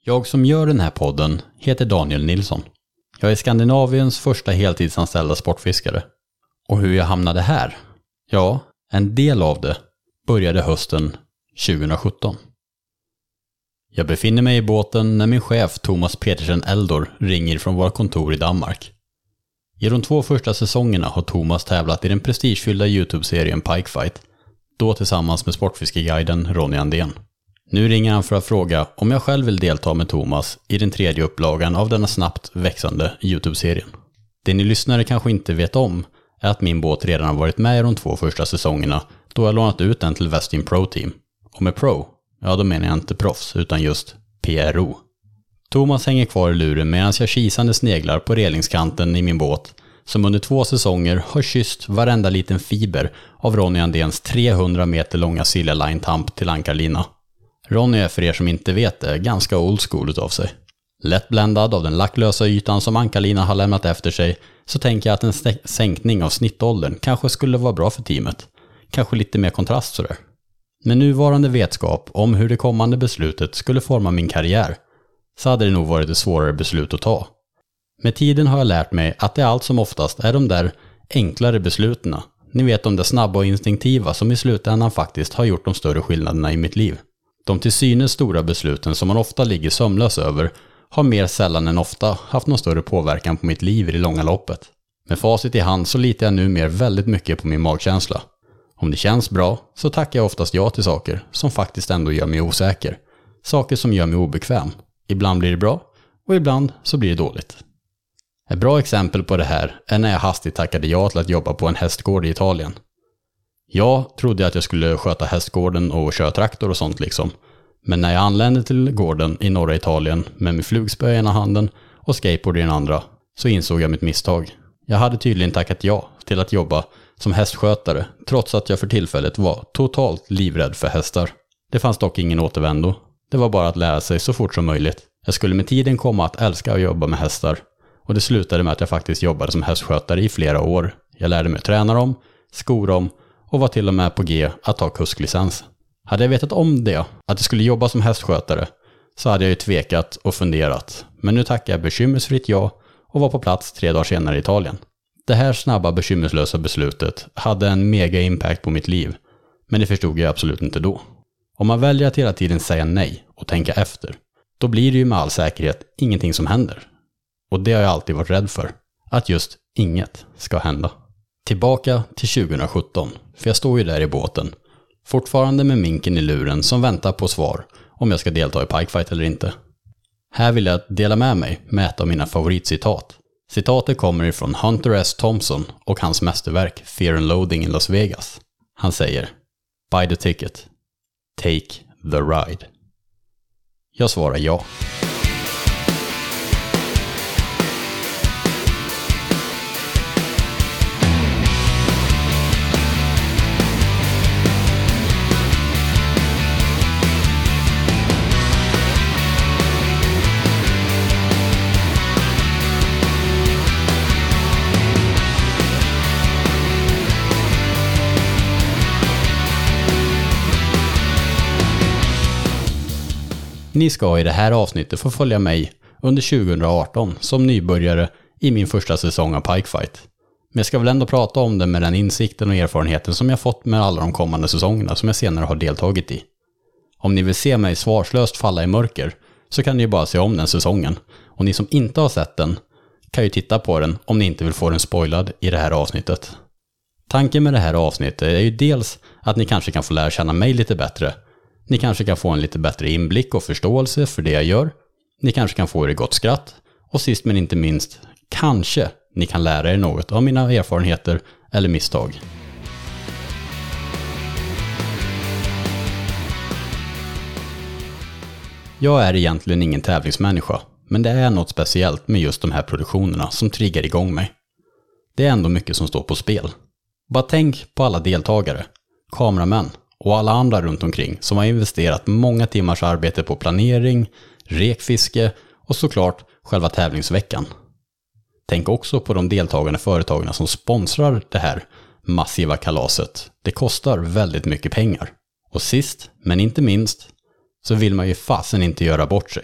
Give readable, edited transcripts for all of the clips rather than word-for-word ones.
Jag som gör den här podden heter Daniel Nilsson. Jag är Skandinaviens första heltidsanställda sportfiskare. Och hur jag hamnade här? Ja, en del av det började hösten 2017. Jag befinner mig i båten när min chef Thomas Petersen Eldor ringer från våra kontor i Danmark. I de 2 första säsongerna har Thomas tävlat i den prestigefyllda YouTube-serien Pikefight, då tillsammans med sportfiskeguiden Ronny Andén. Nu ringer han för att fråga om jag själv vill delta med Thomas i den 3:e upplagan av denna snabbt växande YouTube-serien. Det ni lyssnare kanske inte vet om är att min båt redan har varit med i de 2 första säsongerna då jag lånat ut den till Westin Pro Team. Och med Pro, ja då menar jag inte proffs utan just PRO. Thomas hänger kvar i luren medan jag kisande sneglar på relingskanten i min båt som under 2 säsonger har kysst varenda liten fiber av Ronny Andéns 300 meter långa Silja Line Tamp till ankarlina. Ronny är för er som inte vet det ganska old school utav sig. Lättbländad av den lacklösa ytan som ankarlina har lämnat efter sig så tänker jag att en sänkning av snittåldern kanske skulle vara bra för teamet. Kanske lite mer kontrast sådär. Med nuvarande vetskap om hur det kommande beslutet skulle forma min karriär så hade det nog varit ett svårare beslut att ta. Med tiden har jag lärt mig att det allt som oftast är de där enklare besluten. Ni vet de där snabba och instinktiva som i slutändan faktiskt har gjort de större skillnaderna i mitt liv. De till synes stora besluten som man ofta ligger sömnlös över har mer sällan än ofta haft någon större påverkan på mitt liv i det långa loppet. Med facit i hand så litar jag numera väldigt mycket på min magkänsla. Om det känns bra så tackar jag oftast ja till saker som faktiskt ändå gör mig osäker. Saker som gör mig obekväm. Ibland blir det bra och ibland så blir det dåligt. Ett bra exempel på det här är när jag hastigt tackade ja till att jobba på en hästgård i Italien. Jag trodde att jag skulle sköta hästgården och köra traktor och sånt liksom. Men när jag anlände till gården i norra Italien med min flugspö i ena handen och skateboard i den andra så insåg jag mitt misstag. Jag hade tydligen tackat ja till att jobba som hästskötare trots att jag för tillfället var totalt livrädd för hästar. Det fanns dock ingen återvändo. Det var bara att lära sig så fort som möjligt. Jag skulle med tiden komma att älska att jobba med hästar. Och det slutade med att jag faktiskt jobbade som hästskötare i flera år. Jag lärde mig att träna dem, sko dem och var till och med på G att ta kusklicens. Hade jag vetat om det, att jag skulle jobba som hästskötare, så hade jag ju tvekat och funderat. Men nu tackar jag bekymmersfritt ja och var på plats 3 dagar senare i Italien. Det här snabba bekymmerslösa beslutet hade en mega impact på mitt liv. Men det förstod jag absolut inte då. Om man väljer att hela tiden säga nej och tänka efter, då blir det ju med all säkerhet ingenting som händer. Och det har jag alltid varit rädd för. Att just inget ska hända. Tillbaka till 2017, för jag står ju där i båten. Fortfarande med minken i luren som väntar på svar om jag ska delta i Pikefight eller inte. Här vill jag dela med mig med ett av mina favoritcitat. Citatet kommer ifrån Hunter S. Thompson och hans mästerverk Fear and Loathing in Las Vegas. Han säger: "Buy the ticket. Take the ride." Jag svarar ja. Ni ska i det här avsnittet få följa mig under 2018 som nybörjare i min första säsong av Pikefight. Men jag ska väl ändå prata om det med den insikten och erfarenheten som jag fått med alla de kommande säsongerna som jag senare har deltagit i. Om ni vill se mig svarslöst falla i mörker så kan ni ju bara se om den säsongen. Och ni som inte har sett den kan ju titta på den om ni inte vill få den spoilad i det här avsnittet. Tanken med det här avsnittet är ju dels att ni kanske kan få lära känna mig lite bättre. Ni kanske kan få en lite bättre inblick och förståelse för det jag gör. Ni kanske kan få er gott skratt. Och sist men inte minst, kanske ni kan lära er något av mina erfarenheter eller misstag. Jag är egentligen ingen tävlingsmänniska, men det är något speciellt med just de här produktionerna som triggar igång mig. Det är ändå mycket som står på spel. Bara tänk på alla deltagare, kameramän och alla andra runt omkring som har investerat många timmars arbete på planering, rekfiske och såklart själva tävlingsveckan. Tänk också på de deltagande företagen som sponsrar det här massiva kalaset. Det kostar väldigt mycket pengar. Och sist, men inte minst, så vill man ju fasen inte göra bort sig.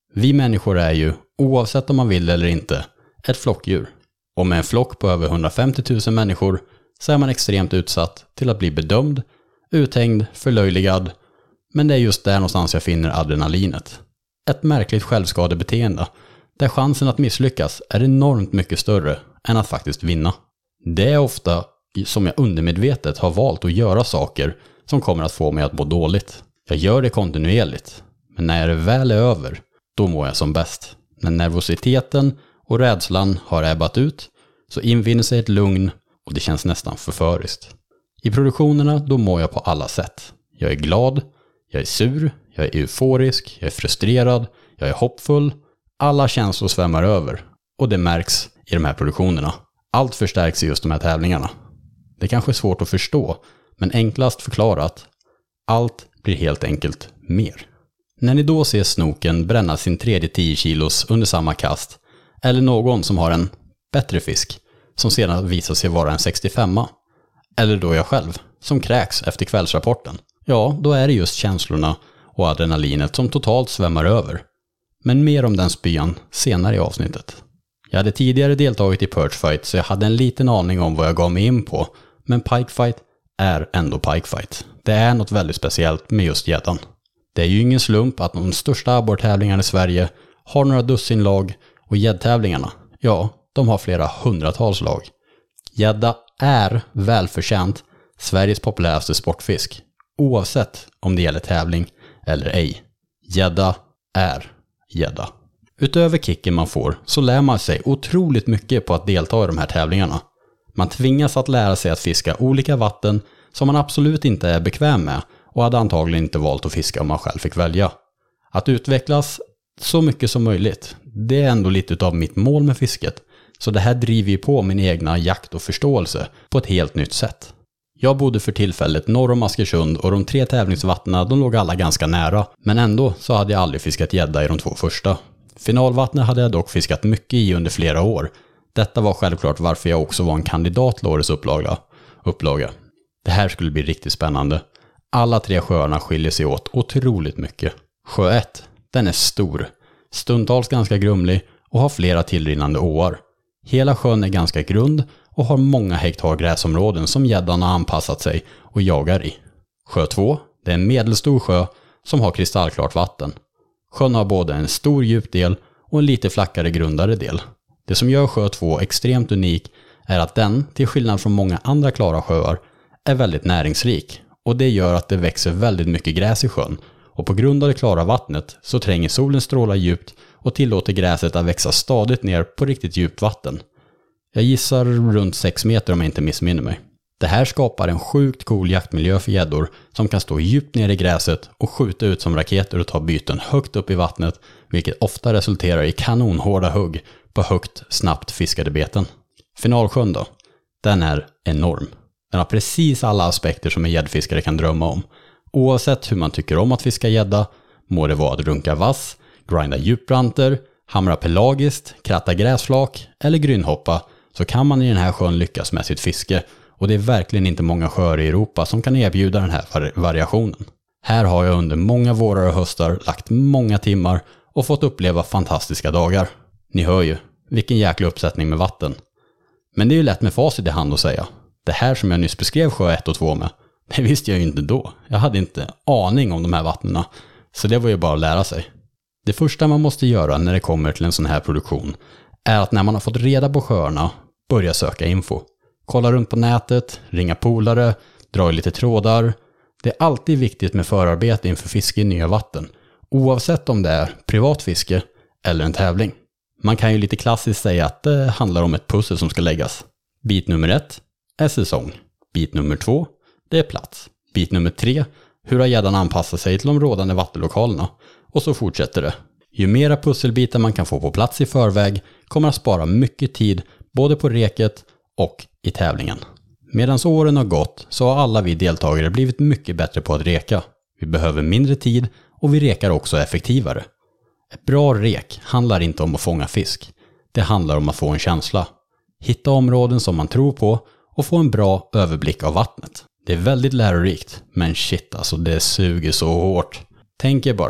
Vi människor är ju, oavsett om man vill eller inte, ett flockdjur. Och med en flock på över 150 000 människor så är man extremt utsatt till att bli bedömd, uthängd, förlöjligad. Men det är just där någonstans jag finner adrenalinet. Ett märkligt självskadebeteende där chansen att misslyckas är enormt mycket större än att faktiskt vinna. Det är ofta som jag undermedvetet har valt att göra saker som kommer att få mig att må dåligt. Jag gör det kontinuerligt, men när det väl är över, då mår jag som bäst. När nervositeten och rädslan har ebbat ut så invinner sig ett lugn och det känns nästan förföriskt. I produktionerna då mår jag på alla sätt. Jag är glad, jag är sur, jag är euforisk, jag är frustrerad, jag är hoppfull. Alla känslor svämmar över och det märks i de här produktionerna. Allt förstärks i just de här tävlingarna. Det kanske är svårt att förstå, men enklast förklarat, allt blir helt enkelt mer. När ni då ser snoken bränna sin tredje 10 kilos under samma kast, eller någon som har en bättre fisk, som sedan visar sig vara en 65, eller då jag själv, som kräks efter kvällsrapporten, ja, då är det just känslorna och adrenalinet som totalt svämmar över. Men mer om den spyan senare i avsnittet. Jag hade tidigare deltagit i Perchfight så jag hade en liten aning om vad jag gav mig in på, men Pikefight är ändå Pikefight. Det är något väldigt speciellt med just gäddan. Det är ju ingen slump att de största abborrtävlingarna i Sverige har några dussin lag och gäddtävlingarna, ja, de har flera hundratals lag. Gädda är välförtjänt Sveriges populäraste sportfisk, oavsett om det gäller tävling eller ej. Gädda är gädda. Utöver kicken man får så lär man sig otroligt mycket på att delta i de här tävlingarna. Man tvingas att lära sig att fiska olika vatten som man absolut inte är bekväm med och hade antagligen inte valt att fiska om man själv fick välja. Att utvecklas så mycket som möjligt, det är ändå lite av mitt mål med fisket. Så det här driver ju på min egna jakt och förståelse på ett helt nytt sätt. Jag bodde för tillfället norr om Askersund och de 3 tävlingsvattnen de låg alla ganska nära. Men ändå så hade jag aldrig fiskat gädda i de 2 första. Finalvattnet hade jag dock fiskat mycket i under flera år. Detta var självklart varför jag också var en kandidat till årets upplaga. Det här skulle bli riktigt spännande. Alla 3 sjöarna skiljer sig åt otroligt mycket. Sjö 1, den är stor, stundtals ganska grumlig och har flera tillrinnande åar. Hela sjön är ganska grund och har många hektar gräsområden som gäddan har anpassat sig och jagar i. Sjö 2, det är en medelstor sjö som har kristallklart vatten. Sjön har både en stor djupdel och en lite flackare grundare del. Det som gör sjö 2 extremt unik är att den, till skillnad från många andra klara sjöar, är väldigt näringsrik. Och det gör att det växer väldigt mycket gräs i sjön. Och på grund av det klara vattnet så tränger solens strålar djupt och tillåter gräset att växa stadigt ner på riktigt djupt vatten. Jag gissar runt 6 meter om jag inte missminner mig. Det här skapar en sjukt cool jaktmiljö för gäddor som kan stå djupt ner i gräset och skjuta ut som raketer och ta byten högt upp i vattnet, vilket ofta resulterar i kanonhårda hugg på högt, snabbt fiskade beten. Finalsjön då? Den är enorm. Den har precis alla aspekter som en gäddfiskare kan drömma om. Oavsett hur man tycker om att fiska gädda, må det vara att runka vass, grinda djupranter, hamra pelagiskt, kratta gräsflak eller grynhoppa, så kan man i den här sjön lyckas med sitt fiske. Och det är verkligen inte många sjöar i Europa som kan erbjuda den här variationen. Här har jag under många vårar och höstar lagt många timmar och fått uppleva fantastiska dagar. Ni hör ju, vilken jäkla uppsättning med vatten. Men det är ju lätt med facit i hand att säga. Det här som jag nyss beskrev sjö 1 och 2 med, det visste jag ju inte då. Jag hade inte aning om de här vattnena. Så det var ju bara att lära sig. Det första man måste göra när det kommer till en sån här produktion är att när man har fått reda på sjöarna, börja söka info. Kolla runt på nätet, ringa polare, dra i lite trådar. Det är alltid viktigt med förarbete inför fiske i nya vatten, oavsett om det är privat fiske eller en tävling. Man kan ju lite klassiskt säga att det handlar om ett pussel som ska läggas. Bit nummer 1 är säsong. Bit nummer 2, det är plats. Bit nummer 3, hur har gäddan anpassat sig till de rådande vattenlokalerna? Och så fortsätter det. Ju mera pusselbitar man kan få på plats i förväg kommer att spara mycket tid både på reket och i tävlingen. Medan åren har gått så har alla vi deltagare blivit mycket bättre på att reka. Vi behöver mindre tid och vi rekar också effektivare. Ett bra rek handlar inte om att fånga fisk. Det handlar om att få en känsla. Hitta områden som man tror på och få en bra överblick av vattnet. Det är väldigt lärorikt, men shit alltså, det suger så hårt. Tänk er bara,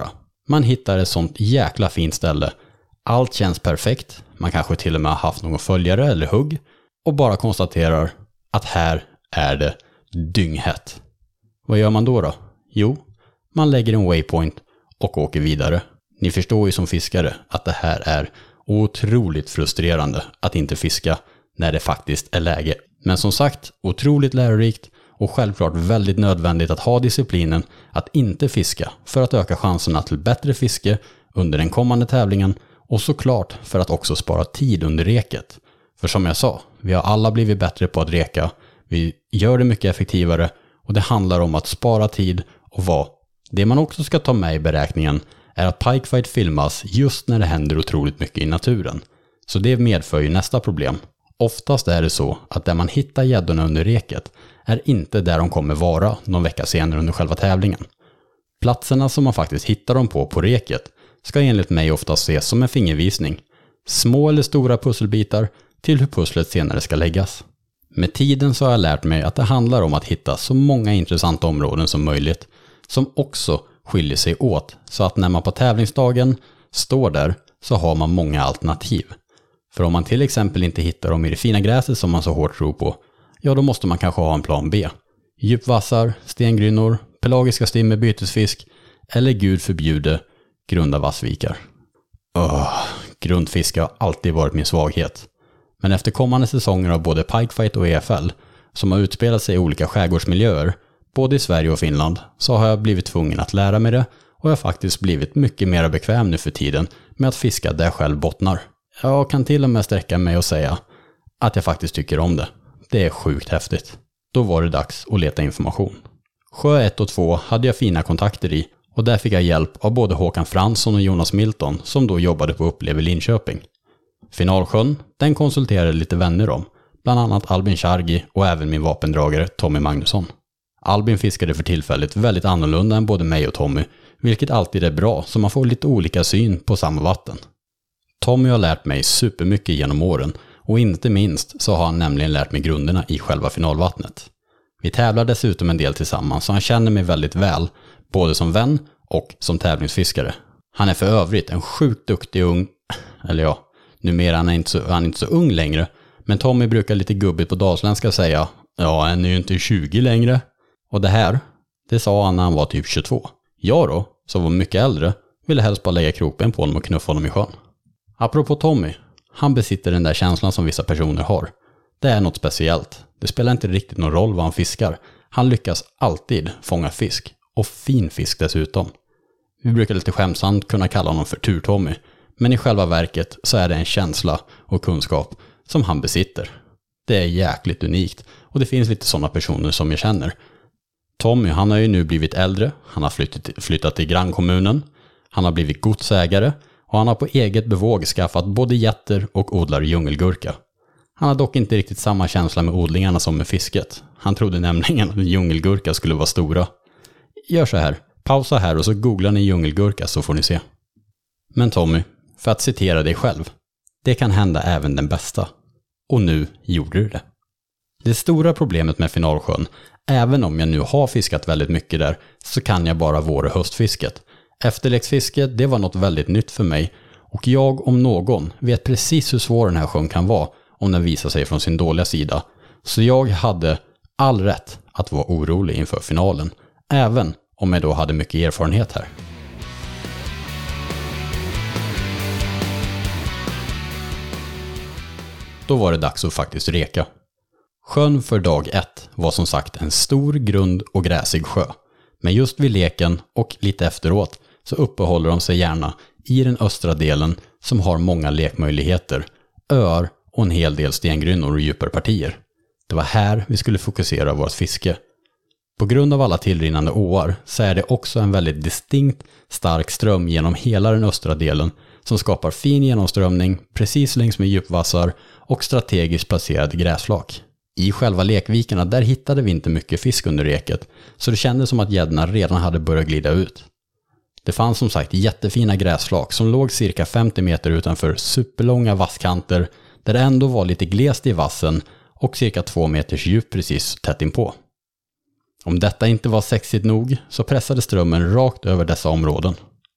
Man hittar ett sånt jäkla fint ställe. Allt känns perfekt. Man kanske till och med har haft någon följare eller hugg. Och bara konstaterar att här är det dynghett. Vad gör man då? Jo, man lägger en waypoint och åker vidare. Ni förstår ju som fiskare att det här är otroligt frustrerande att inte fiska när det faktiskt är läge. Men som sagt, otroligt lärorikt och självklart väldigt nödvändigt att ha disciplinen att inte fiska för att öka chanserna till bättre fiske under den kommande tävlingen och såklart för att också spara tid under reket. För som jag sa, vi har alla blivit bättre på att reka, vi gör det mycket effektivare och det handlar om att spara tid och vad. Det man också ska ta med i beräkningen är att pikefight filmas just när det händer otroligt mycket i naturen. Så det medför ju nästa problem. Oftast är det så att där man hittar gäddorna under reket är inte där de kommer vara någon vecka senare under själva tävlingen. Platserna som man faktiskt hittar dem på reket ska enligt mig ofta ses som en fingervisning. Små eller stora pusselbitar till hur pusslet senare ska läggas. Med tiden så har jag lärt mig att det handlar om att hitta så många intressanta områden som möjligt som också skiljer sig åt så att när man på tävlingsdagen står där så har man många alternativ. För om man till exempel inte hittar dem i det fina gräset som man så hårt tror på, ja då måste man kanske ha en plan B. Djupvassar, stengrynnor, pelagiska stim med bytesfisk eller gud förbjude grunda vassvikar. Grundfiske har alltid varit min svaghet. Men efter kommande säsonger av både pikefight och EFL som har utspelat sig i olika skärgårdsmiljöer, både i Sverige och Finland, så har jag blivit tvungen att lära mig det och jag har faktiskt blivit mycket mer bekväm nu för tiden med att fiska där jag själv bottnar. Jag kan till och med sträcka mig och säga att jag faktiskt tycker om det. Det är sjukt häftigt. Då var det dags att leta information. Sjö 1 och 2 hade jag fina kontakter i och där fick jag hjälp av både Håkan Fransson och Jonas Milton som då jobbade på Upplev i Linköping. Finalsjön, den konsulterade lite vänner om, bland annat Albin Chargi och även min vapendragare Tommy Magnusson. Albin fiskade för tillfället väldigt annorlunda än både mig och Tommy, vilket alltid är bra så man får lite olika syn på samma vatten. Tommy har lärt mig supermycket genom åren och inte minst så har han nämligen lärt mig grunderna i själva finalvattnet. Vi tävlar dessutom en del tillsammans så han känner mig väldigt väl, både som vän och som tävlingsfiskare. Han är för övrigt en sjukt duktig ung, eller ja, numera han är inte så ung längre, men Tommy brukar lite gubbigt på dalsländska säga, ja han är ju inte 20 längre. Och det här, det sa han när han var typ 22. Jag då, som var mycket äldre, ville helst bara lägga kroppen på honom och knuffa honom i sjön. Apropå Tommy, han besitter den där känslan som vissa personer har. Det är något speciellt. Det spelar inte riktigt någon roll vad han fiskar. Han lyckas alltid fånga fisk. Och fin fisk dessutom. Vi brukar lite skämsamt kunna kalla honom för Tur-Tommy. Men i själva verket så är det en känsla och kunskap som han besitter. Det är jäkligt unikt. Och det finns lite sådana personer som jag känner. Tommy, han har ju nu blivit äldre. Han har flyttat till grannkommunen. Han har blivit godsägare. Och han har på eget bevåg skaffat både getter och odlar djungelgurka. Han har dock inte riktigt samma känsla med odlingarna som med fisket. Han trodde nämligen att djungelgurka skulle vara stora. Gör så här, pausa här och så googlar ni djungelgurka så får ni se. Men Tommy, för att citera dig själv. Det kan hända även den bästa. Och nu gjorde du det. Det stora problemet med Finalsjön, även om jag nu har fiskat väldigt mycket där, så kan jag bara vår- och höstfisket. Efterleksfiske, det var något väldigt nytt för mig och jag om någon vet precis hur svår den här sjön kan vara om den visar sig från sin dåliga sida. Så jag hade all rätt att vara orolig inför finalen, även om jag då hade mycket erfarenhet här. Då var det dags att faktiskt reka. Sjön för dag 1 var som sagt en stor, grund och gräsig sjö. Men just vid leken och lite efteråt så uppehåller de sig gärna i den östra delen som har många lekmöjligheter, öar och en hel del stengrynnor och djupare partier. Det var här vi skulle fokusera vårt fiske. På grund av alla tillrinnande åar så är det också en väldigt distinkt stark ström genom hela den östra delen som skapar fin genomströmning precis längs med djupvassar och strategiskt placerade gräsflak. I själva lekvikarna där hittade vi inte mycket fisk under reket så det kändes som att gäddorna redan hade börjat glida ut. Det fanns som sagt jättefina gräsflak som låg cirka 50 meter utanför superlånga vasskanter där det ändå var lite glest i vassen och cirka 2 meters djup precis tätt inpå. Om detta inte var sexigt nog så pressade strömmen rakt över dessa områden.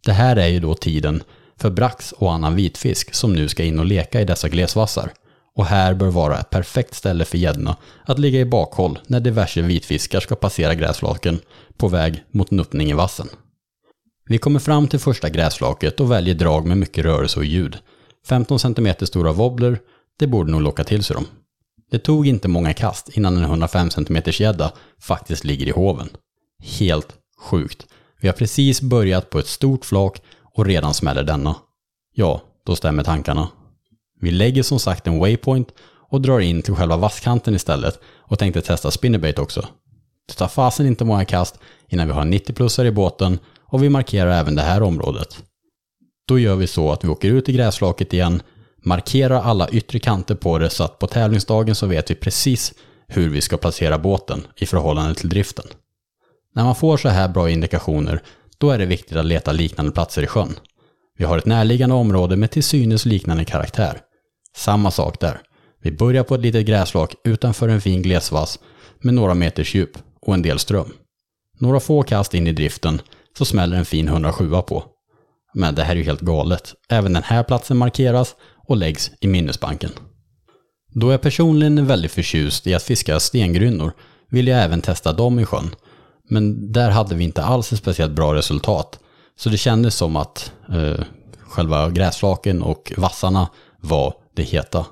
Det här är ju då tiden för brax och annan vitfisk som nu ska in och leka i dessa glesvassar. Och här bör vara ett perfekt ställe för gäddorna att ligga i bakhåll när diverse vitfiskar ska passera gräsflaken på väg mot nuttning i vassen. Vi kommer fram till första gräsflaket och väljer drag med mycket rörelse och ljud. 15 cm stora wobbler, det borde nog locka till sig dem. Det tog inte många kast innan en 105 cm gädda faktiskt ligger i hoven. Helt sjukt. Vi har precis börjat på ett stort flak och redan smäller denna. Ja, då stämmer tankarna. Vi lägger som sagt en waypoint och drar in till själva vasskanten istället och tänkte testa spinnerbait också. Det tar fasen inte många kast innan vi har 90-plussare i båten och vi markerar även det här området. Då gör vi så att vi åker ut i gräsflaket igen, markerar alla yttre kanter på det så att på tävlingsdagen så vet vi precis hur vi ska placera båten i förhållande till driften. När man får så här bra indikationer, då är det viktigt att leta liknande platser i sjön. Vi har ett närliggande område med till synes liknande karaktär. Samma sak där. Vi börjar på ett litet gräsflak utanför en fin glesvass med några meters djup och en del ström. Några få kast in i driften så smäller en fin 107 på. Men det här är ju helt galet. Även den här platsen markeras och läggs i minnesbanken. Då jag personligen väldigt förtjust i att fiska stengrynnor vill jag även testa dem i sjön. Men där hade vi inte alls ett speciellt bra resultat. Så det kändes som att själva gräsflaken och vassarna var det heta.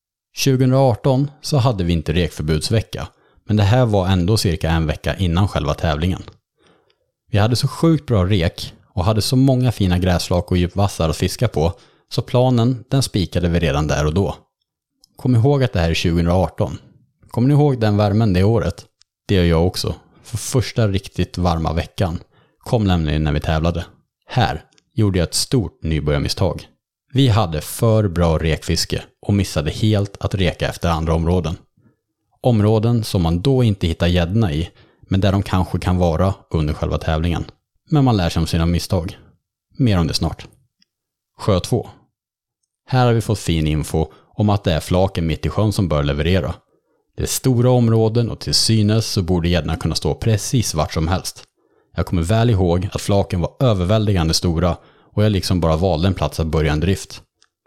2018 så hade vi inte rekförbudsvecka. Men det här var ändå cirka en vecka innan själva tävlingen. Vi hade så sjukt bra rek och hade så många fina gräsflak och djupvassar att fiska på. Så planen, den spikade vi redan där och då. Kom ihåg att det här är 2018. Kommer ni ihåg den värmen det året? Det gör jag också. För första riktigt varma veckan kom nämligen när vi tävlade. Här gjorde jag ett stort nybörjarmisstag. Vi hade för bra rekfiske och missade helt att reka efter andra områden. Områden som man då inte hittar gäddorna i, men där de kanske kan vara under själva tävlingen. Men man lär sig om sina misstag. Mer om det snart. Sjö 2. Här har vi fått fin info om att det är flaken mitt i sjön som bör leverera. Det är stora områden och till synes så borde gäddorna kunna stå precis vart som helst. Jag kommer väl ihåg att flaken var överväldigande stora och jag liksom bara valde en plats att börja en drift.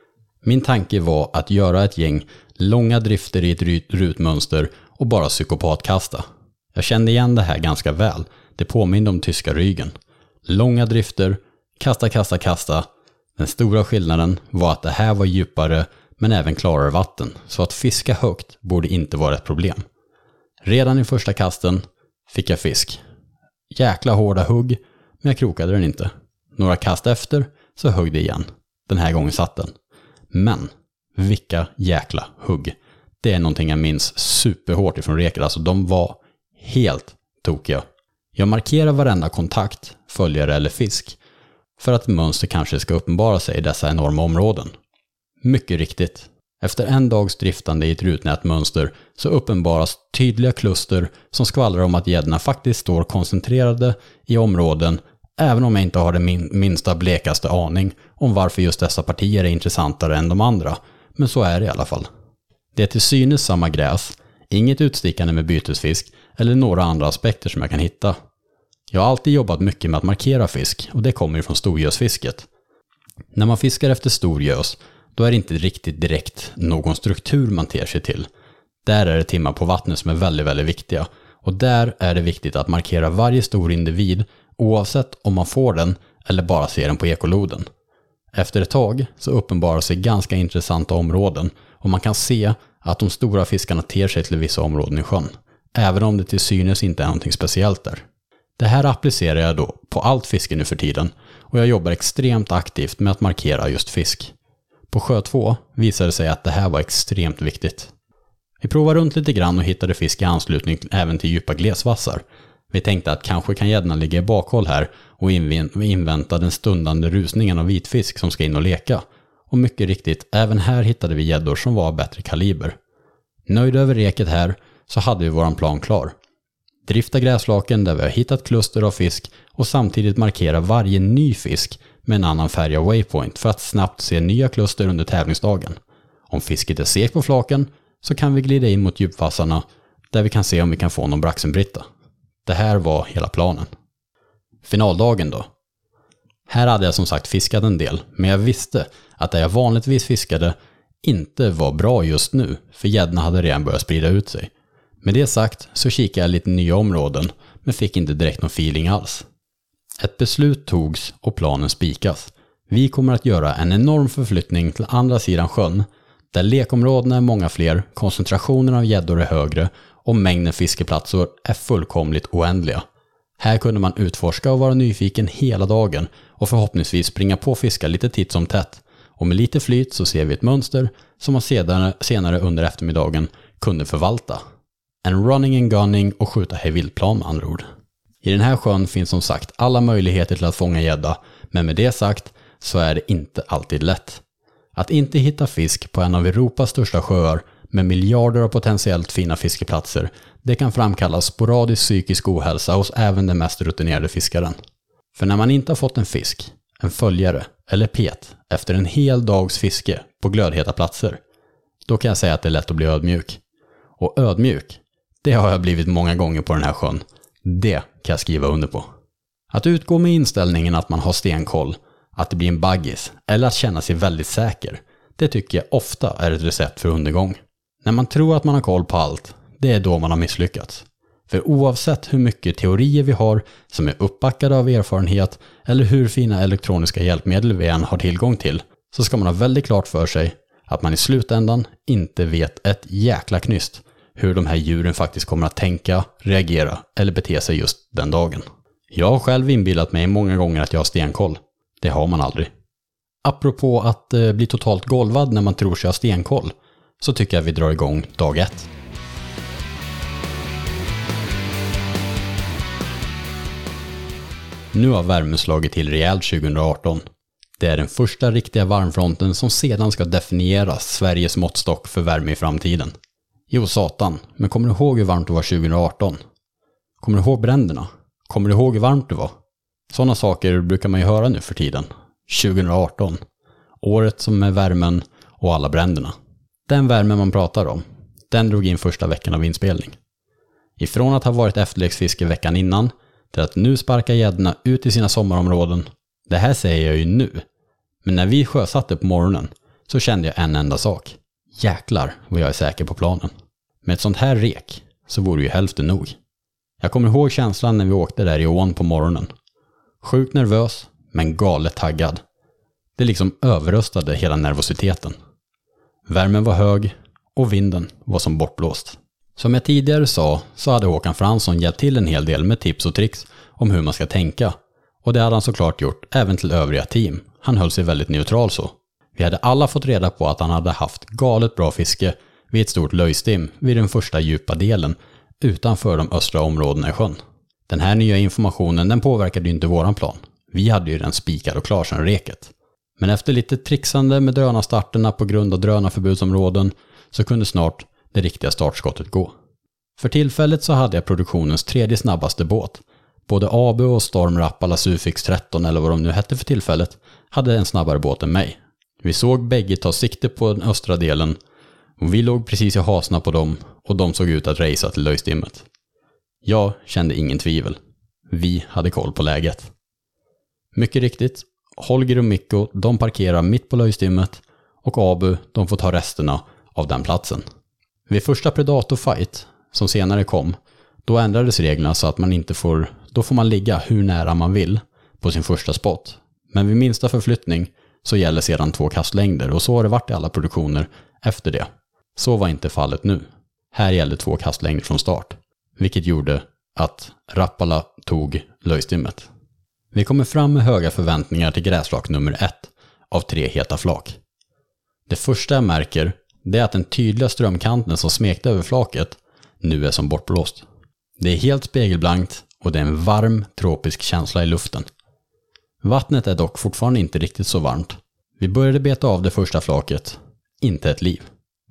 Min tanke var att göra ett gäng långa drifter i ett rutmönster och bara psykopatkasta. Jag kände igen det här ganska väl. Det påminner om tyska Rygen. Långa drifter, kasta. Den stora skillnaden var att det här var djupare men även klarare vatten, så att fiska högt borde inte vara ett problem. Redan i första kasten fick jag fisk. Jäkla hårda hugg, men jag krokade den inte. Några kast efter så högg det igen. Den här gången satt den. Men vilka jäkla hugg. Det är någonting jag minns superhårt ifrån reket. Alltså de var helt tokiga. Jag markerar varenda kontakt, följare eller fisk för att mönster kanske ska uppenbara sig i dessa enorma områden. Mycket riktigt. Efter en dags driftande i ett rutnätmönster så uppenbaras tydliga kluster som skvallrar om att gäddorna faktiskt står koncentrerade i områden, även om jag inte har den minsta blekaste aning om varför just dessa partier är intressantare än de andra. Men så är det i alla fall. Det är till synes samma gräs, inget utstickande med bytesfisk eller några andra aspekter som jag kan hitta. Jag har alltid jobbat mycket med att markera fisk och det kommer från storgösfisket. När man fiskar efter storgös, då är det inte riktigt direkt någon struktur man ter sig till. Där är det timmar på vattnet som är väldigt, väldigt viktiga. Och där är det viktigt att markera varje stor individ oavsett om man får den eller bara ser den på ekoloden. Efter ett tag så uppenbarar sig ganska intressanta områden och man kan se att de stora fiskarna ter sig till vissa områden i sjön. Även om det till synes inte är någonting speciellt där. Det här applicerar jag då på allt fiske nu för tiden och jag jobbar extremt aktivt med att markera just fisk. På sjö 2 visade det sig att det här var extremt viktigt. Vi provade runt lite grann och hittade fisk i anslutning även till djupa glesvassar. Vi tänkte att kanske kan gäddorna ligga i bakhåll här och invänta den stundande rusningen av vitfisk som ska in och leka. Och mycket riktigt, även här hittade vi gäddor som var bättre kaliber. Nöjda över reket här så hade vi våran plan klar. Drifta gräsflaken där vi har hittat kluster av fisk och samtidigt markera varje ny fisk med en annan färg av waypoint för att snabbt se nya kluster under tävlingsdagen. Om fisket är segt på flaken så kan vi glida in mot djupvassarna där vi kan se om vi kan få någon braxenbritta. Det här var hela planen. Finaldagen då. Här hade jag som sagt fiskat en del, men jag visste att det jag vanligtvis fiskade inte var bra just nu, för gäddorna hade redan börjat sprida ut sig. Med det sagt så kikade jag lite nya områden, men fick inte direkt någon feeling alls. Ett beslut togs och planen spikas. Vi kommer att göra en enorm förflyttning till andra sidan sjön, där lekområdena är många fler, koncentrationen av gäddor är högre och mängden fiskeplatser är fullkomligt oändliga. Här kunde man utforska och vara nyfiken hela dagen och förhoppningsvis springa på fiskar lite titt som tätt. Och med lite flyt så ser vi ett mönster som man senare under eftermiddagen kunde förvalta. En running and gunning och skjuta hejvildplan med andra ord. I den här sjön finns som sagt alla möjligheter till att fånga gädda, men med det sagt så är det inte alltid lätt. Att inte hitta fisk på en av Europas största sjöar med miljarder av potentiellt fina fiskeplatser, det kan framkalla sporadisk psykisk ohälsa hos även den mest rutinerade fiskaren. För när man inte har fått en fisk, en följare eller pet efter en hel dags fiske på glödheta platser, då kan jag säga att det är lätt att bli ödmjuk. Och ödmjuk, det har jag blivit många gånger på den här sjön. Det kan jag skriva under på. Att utgå med inställningen att man har stenkoll, att det blir en baggis eller att känna sig väldigt säker, det tycker jag ofta är ett recept för undergång. När man tror att man har koll på allt, det är då man har misslyckats. För oavsett hur mycket teorier vi har som är uppbackade av erfarenhet eller hur fina elektroniska hjälpmedel vi än har tillgång till, så ska man ha väldigt klart för sig att man i slutändan inte vet ett jäkla knyst hur de här djuren faktiskt kommer att tänka, reagera eller bete sig just den dagen. Jag har själv inbillat mig många gånger att jag har stenkoll. Det har man aldrig. Apropå att bli totalt golvad när man tror sig ha stenkoll, så tycker jag vi drar igång dag 1. Nu har värmen slagit till rejält 2018. Det är den första riktiga varmfronten som sedan ska definiera Sveriges måttstock för värme i framtiden. Jo satan, men kommer du ihåg hur varmt det var 2018? Kommer du ihåg bränderna? Kommer du ihåg hur varmt det var? Sådana saker brukar man ju höra nu för tiden. 2018. Året som är värmen och alla bränderna. Den värmen man pratar om, den drog in första veckan av inspelning. Ifrån att ha varit efterleksfiske veckan innan till att nu sparka gäddorna ut i sina sommarområden. Det här säger jag ju nu. Men när vi sjösatte på morgonen så kände jag en enda sak. Jäklar vad jag är säker på planen. Med ett sånt här rek så vore ju hälften nog. Jag kommer ihåg känslan när vi åkte där i ån på morgonen. Sjukt nervös men galet taggad. Det liksom överröstade hela nervositeten. Värmen var hög och vinden var som bortblåst. Som jag tidigare sa så hade Håkan Fransson hjälpt till en hel del med tips och tricks om hur man ska tänka. Och det hade han såklart gjort även till övriga team. Han höll sig väldigt neutral så. Vi hade alla fått reda på att han hade haft galet bra fiske vid ett stort löjstim vid den första djupa delen utanför de östra områdena i sjön. Den här nya informationen den påverkade ju inte våran plan. Vi hade ju den spikad och klar sedan reket. Men efter lite trixande med drönarstarterna på grund av drönarförbudsområden så kunde snart det riktiga startskottet gå. För tillfället så hade jag produktionens tredje snabbaste båt. Både AB och Storm Rapala Sufix 13 eller vad de nu hette för tillfället hade en snabbare båt än mig. Vi såg bägge ta sikte på den östra delen och vi låg precis i hasna på dem och de såg ut att racea till löjstimmet. Jag kände ingen tvivel. Vi hade koll på läget. Mycket riktigt, Holger och Mikko de parkerar mitt på löjstimmet och Abu de får ta resterna av den platsen. Vid första predatorfight som senare kom, då ändrades reglerna så att man inte får, då får man ligga hur nära man vill på sin första spot. Men vid minsta förflyttning så gäller sedan 2 kastlängder och så har det varit i alla produktioner efter det. Så var inte fallet nu. Här gällde 2 kastlängder från start, vilket gjorde att Rapala tog löjstimmet. Vi kommer fram med höga förväntningar till gräsflak nummer 1 av 3 heta flak. Det första jag märker det är att den tydliga strömkanten som smekte över flaket nu är som bortblåst. Det är helt spegelblankt och det är en varm tropisk känsla i luften. Vattnet är dock fortfarande inte riktigt så varmt. Vi började beta av det första flaket. Inte ett liv.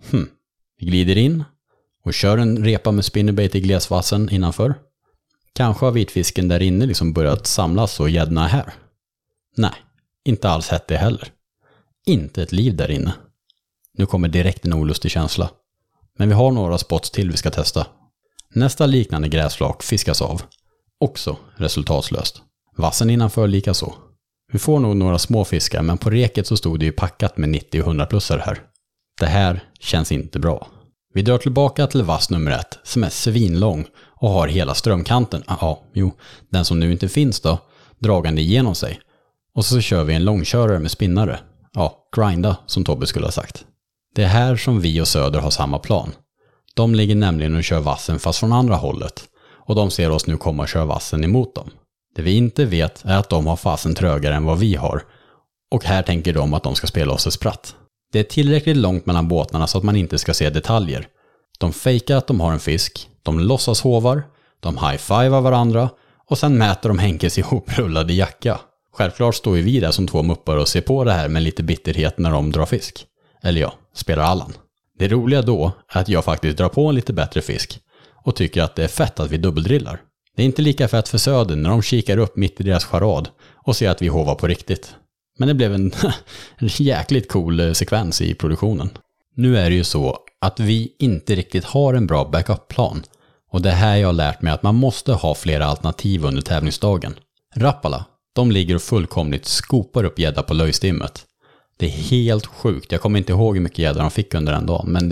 Vi glider in och kör en repa med spinnerbait i glesvassen innanför. Kanske har vitfisken där inne liksom börjat samlas och gäddorna är här. Nej, inte alls hett det heller. Inte ett liv där inne. Nu kommer direkt en olustig känsla. Men vi har några spots till vi ska testa. Nästa liknande gräsflak fiskas av. Också resultatslöst. Vassen innanför lika så. Vi får nog några små fiskar, men på reket så stod det ju packat med 90 och 100-plussare här. Det här känns inte bra. Vi drar tillbaka till vass nummer 1 som är svinlång och har hela strömkanten, den som nu inte finns då, dragande igenom sig. Och så kör vi en långkörare med spinnare. Grinda som Tobbe skulle ha sagt. Det är här som vi och Söder har samma plan. De ligger nämligen och kör vassen fast från andra hållet. Och de ser oss nu komma och köra vassen emot dem. Det vi inte vet är att de har fasen trögare än vad vi har. Och här tänker de att de ska spela oss ett spratt. Det är tillräckligt långt mellan båtarna så att man inte ska se detaljer. De fejkar att de har en fisk, de låtsas hovar, de high-fivar varandra och sen mäter de Henkes ihoprullade jacka. Självklart står ju vi där som två muppar och ser på det här med lite bitterhet när de drar fisk. Eller spelar Allan. Det roliga då är att jag faktiskt drar på en lite bättre fisk och tycker att det är fett att vi dubbeldrillar. Det är inte lika fett för Söder när de kikar upp mitt i deras charad och ser att vi hovar på riktigt. Men det blev en jäkligt cool sekvens i produktionen. Nu är det ju så att vi inte riktigt har en bra backup-plan. Och det här jag har lärt mig att man måste ha flera alternativ under tävlingsdagen. Rappala, de ligger och fullkomligt skopar upp gädda på löjstimmet. Det är helt sjukt. Jag kommer inte ihåg hur mycket gädda de fick under en dag. Men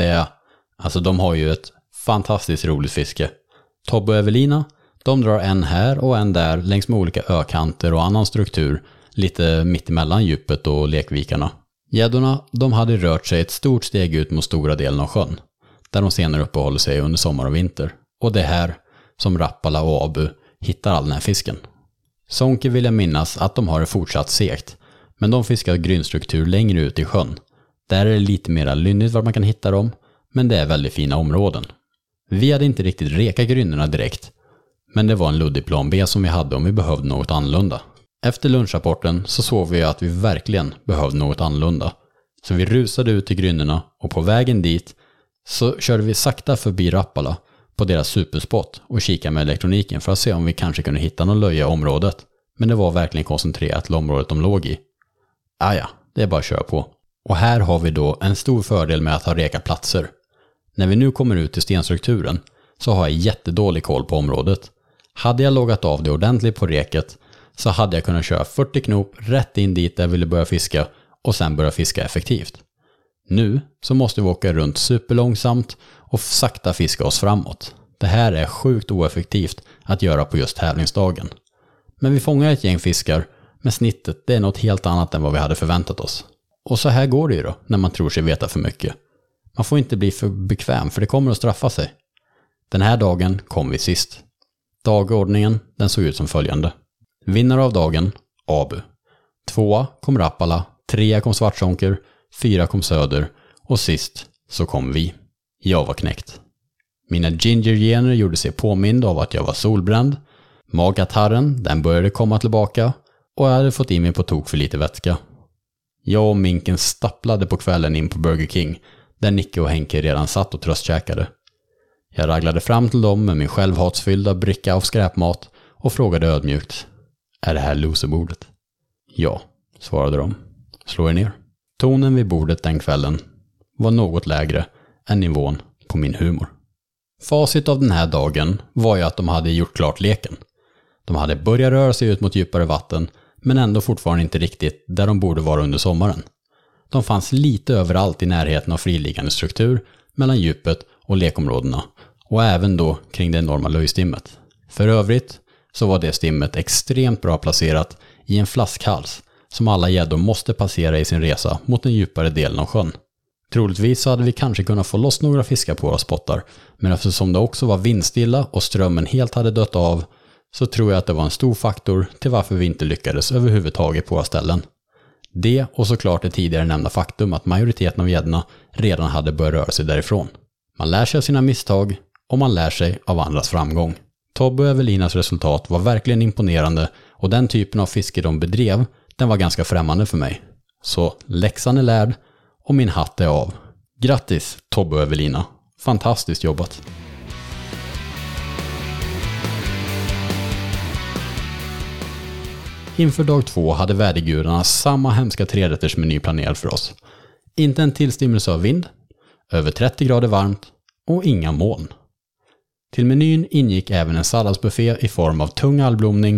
de har ju ett fantastiskt roligt fiske. Tobbe och Evelina, de drar en här och en där längs med olika ökanter och annan struktur. Lite mitt emellan djupet och lekvikarna. Gäddorna, de hade rört sig ett stort steg ut mot stora delen av sjön. Där de senare uppehåller sig under sommar och vinter. Och det är här som Rappala och Abu hittar all den här fisken. Sonke vill jag minnas att de har det fortsatt segt. Men de fiskar grynstruktur längre ut i sjön. Där är det lite mer lynnigt var man kan hitta dem. Men det är väldigt fina områden. Vi hade inte riktigt rekat grynnorna direkt. Men det var en luddig plan B som vi hade om vi behövde något annorlunda. Efter lunchrapporten så såg vi att vi verkligen behövde något annorlunda. Så vi rusade ut till grynnorna och på vägen dit så körde vi sakta förbi Rappala på deras superspot och kikade med elektroniken för att se om vi kanske kunde hitta någon löja i området. Men det var verkligen koncentrerat till området de låg i. Det är bara att köra på. Och här har vi då en stor fördel med att ha reka platser. När vi nu kommer ut till stenstrukturen så har jag jättedålig koll på området. Hade jag loggat av det ordentligt på reket så hade jag kunnat köra 40 knop rätt in dit där jag ville börja fiska och sen börja fiska effektivt. Nu så måste vi åka runt superlångsamt och sakta fiska oss framåt. Det här är sjukt oeffektivt att göra på just tävlingsdagen. Men vi fångar ett gäng fiskar, men snittet det är något helt annat än vad vi hade förväntat oss. Och så här går det ju då när man tror sig veta för mycket. Man får inte bli för bekväm för det kommer att straffa sig. Den här dagen kom vi sist. Dagordningen den såg ut som följande. Vinnare av dagen, Abu. 2 kom Rappala, 3 kom Svartsonker, 4 kom Söder och sist så kom vi. Jag var knäckt. Mina gingergener gjorde sig påmind av att jag var solbränd. Magkatarren, den började komma tillbaka och jag hade fått in mig på tok för lite vätska. Jag och Minken stapplade på kvällen in på Burger King där Nicke och Henke redan satt och tröstkäkade. Jag raglade fram till dem med min självhatsfyllda bricka av skräpmat och frågade ödmjukt: är det här loserbordet? Ja, svarade de. Slå er ner. Tonen vid bordet den kvällen var något lägre än nivån på min humor. Facit av den här dagen var ju att de hade gjort klart leken. De hade börjat röra sig ut mot djupare vatten men ändå fortfarande inte riktigt där de borde vara under sommaren. De fanns lite överallt i närheten av friliggande struktur mellan djupet och lekområdena och även då kring det enorma löjstimmet. För övrigt så var det stimmet extremt bra placerat i en flaskhals som alla gäddor måste passera i sin resa mot den djupare delen av sjön. Troligtvis så hade vi kanske kunnat få loss några fiskar på våra spottar, men eftersom det också var vindstilla och strömmen helt hade dött av så tror jag att det var en stor faktor till varför vi inte lyckades överhuvudtaget på våra ställen. Det och såklart det tidigare nämnda faktum att majoriteten av gäddorna redan hade börjat röra sig därifrån. Man lär sig av sina misstag och man lär sig av andras framgång. Tobbe och Evelinas resultat var verkligen imponerande och den typen av fiske de bedrev, den var ganska främmande för mig. Så läxan är lärd och min hatt är av. Grattis Tobbe och Evelina. Fantastiskt jobbat. Inför dag 2 hade vädergudarna samma hemska 3-rättersmeny planerad för oss. Inte en tillstymmelse av vind, över 30 grader varmt och inga moln. Till menyn ingick även en salladsbuffé i form av tung algblomning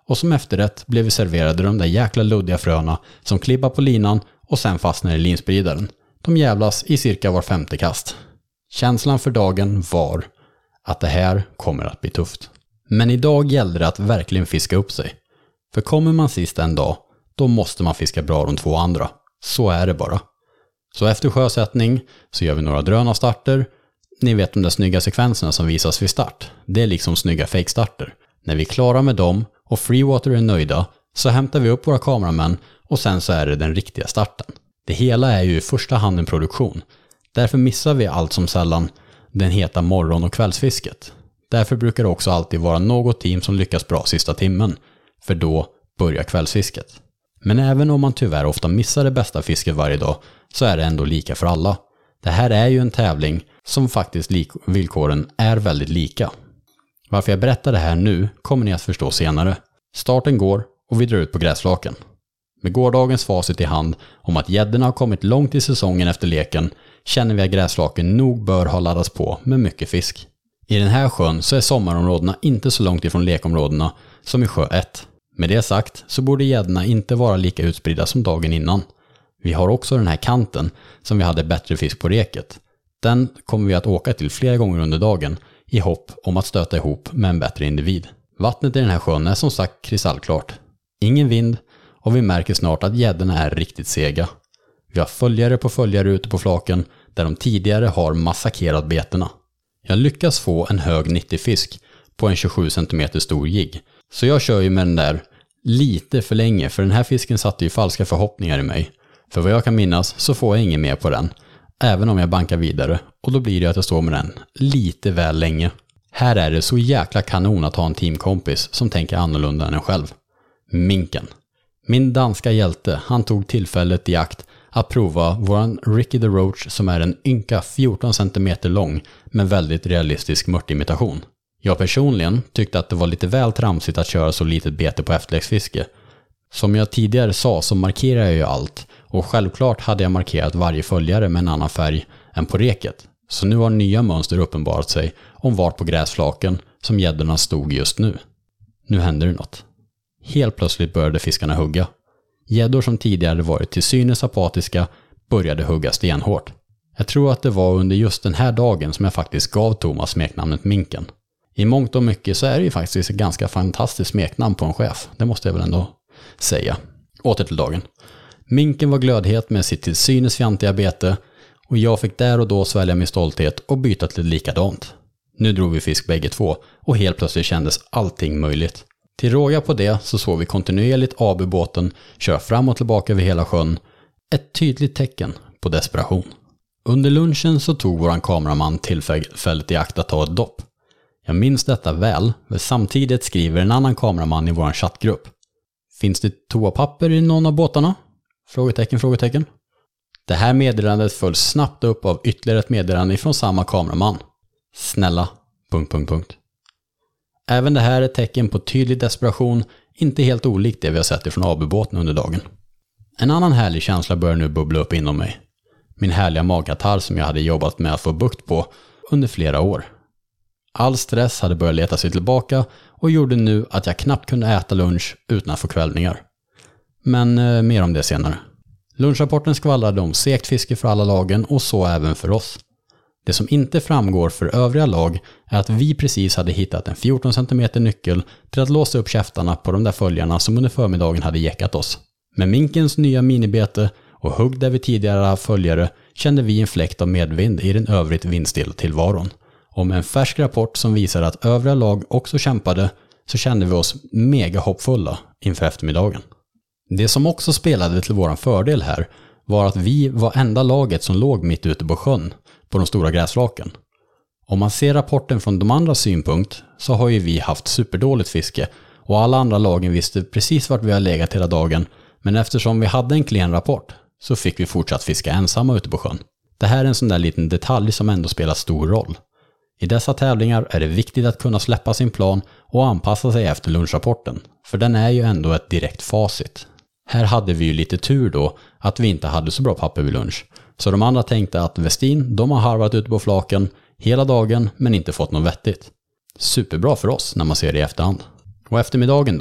och som efterrätt blev vi serverade de där jäkla luddiga fröna som klibbar på linan och sen fastnar i linspridaren. De jävlas i cirka var 5:e kast. Känslan för dagen var att det här kommer att bli tufft. Men idag gällde det att verkligen fiska upp sig. För kommer man sist en dag, då måste man fiska bra de 2 andra. Så är det bara. Så efter sjösättning så gör vi några drönarstarter. Ni vet de där snygga sekvenserna som visas vid start. Det är liksom snygga fake-starter. När vi är klara med dem och Freewater är nöjda så hämtar vi upp våra kameramän och sen så är det den riktiga starten. Det hela är ju i första hand en produktion. Därför missar vi allt som sällan den heta morgon- och kvällsfisket. Därför brukar det också alltid vara något team som lyckas bra sista timmen. För då börjar kvällsfisket. Men även om man tyvärr ofta missar det bästa fisket varje dag så är det ändå lika för alla. Det här är ju en tävling som faktiskt villkoren är väldigt lika. Varför jag berättar det här nu kommer ni att förstå senare. Starten går och vi drar ut på gräsflaken. Med gårdagens facit i hand om att gäddorna har kommit långt i säsongen efter leken känner vi att gräsflaken nog bör ha laddats på med mycket fisk. I den här sjön så är sommarområdena inte så långt ifrån lekområdena som i sjö 1. Med det sagt så borde gäddorna inte vara lika utspridda som dagen innan. Vi har också den här kanten som vi hade bättre fisk på reket. Den kommer vi att åka till flera gånger under dagen i hopp om att stöta ihop med en bättre individ. Vattnet i den här sjön är som sagt kristallklart. Ingen vind och vi märker snart att gäddorna är riktigt sega. Vi har följare på följare ute på flaken där de tidigare har massakrerat betena. Jag lyckas få en hög 90-fisk på en 27 cm stor jigg. Så jag kör ju med den där lite för länge för den här fisken satte ju falska förhoppningar i mig. För vad jag kan minnas så får jag ingen mer på den. Även om jag bankar vidare och då blir det att jag står med den lite väl länge. Här är det så jäkla kanon att ha en teamkompis som tänker annorlunda än en själv. Minken. Min danska hjälte, han tog tillfället i akt att prova våran Ricky the Roach som är en ynka 14 cm lång med väldigt realistisk mörtimitation. Jag personligen tyckte att det var lite väl tramsigt att köra så litet bete på efterläggsfiske. Som jag tidigare sa så markerar jag ju allt och självklart hade jag markerat varje följare med en annan färg än på reket. Så nu har nya mönster uppenbarat sig om vart på gräsflaken som gäddorna stod just nu. Nu händer det något. Helt plötsligt började fiskarna hugga. Gäddor som tidigare varit till synes apatiska började hugga stenhårt. Jag tror att det var under just den här dagen som jag faktiskt gav Thomas smeknamnet Minken. I mångt och mycket så är det ju faktiskt ett ganska fantastiskt smeknamn på en chef. Det måste jag väl ändå säga. Åter till dagen. Minken var glödhet med sitt till synes fjantiga bete och jag fick där och då svälja min stolthet och byta till likadant. Nu drog vi fisk bägge två och helt plötsligt kändes allting möjligt. Till råga på det så såg vi kontinuerligt AB-båten köra fram och tillbaka över hela sjön. Ett tydligt tecken på desperation. Under lunchen så tog våran kameraman tillfället i akt att ta ett dopp. Jag minns detta väl, men samtidigt skriver en annan kameraman i våran chattgrupp. Finns det toapapper i någon av båtarna? Frågetecken. Det här meddelandet följs snabbt upp av ytterligare ett meddelande från samma kameraman. Snälla... Även det här är ett tecken på tydlig desperation, inte helt olikt det vi har sett ifrån AB-båten under dagen. En annan härlig känsla börjar nu bubbla upp inom mig. Min härliga magkatarr som jag hade jobbat med att få bukt på under flera år. All stress hade börjat leta sig tillbaka och gjorde nu att jag knappt kunde äta lunch utan att få kvällningar. Men mer om det senare. Lunchrapporten skvallrade om segt fiske för alla lagen och så även för oss. Det som inte framgår för övriga lag är att vi precis hade hittat en 14 cm nyckel till att låsa upp käftarna på de där följarna som under förmiddagen hade jäckat oss. Med minkens nya minibete och hugg där vi tidigare hade följare kände vi en fläkt av medvind i den övrigt vindstilla tillvaron. Och med en färsk rapport som visar att övriga lag också kämpade så kände vi oss mega hoppfulla inför eftermiddagen. Det som också spelade till våran fördel här var att vi var enda laget som låg mitt ute på sjön på de stora gräsflaken. Om man ser rapporten från de andra synpunkt så har ju vi haft superdåligt fiske och alla andra lagen visste precis vart vi har legat hela dagen, men eftersom vi hade en klen rapport så fick vi fortsatt fiska ensamma ute på sjön. Det här är en sån där liten detalj som ändå spelar stor roll. I dessa tävlingar är det viktigt att kunna släppa sin plan och anpassa sig efter lunchrapporten, för den är ju ändå ett direkt facit. Här hade vi ju lite tur då att vi inte hade så bra papper vid lunch. Så de andra tänkte att Westin, de har harvat ute på flaken hela dagen men inte fått något vettigt. Superbra för oss när man ser det i efterhand. Och eftermiddagen då?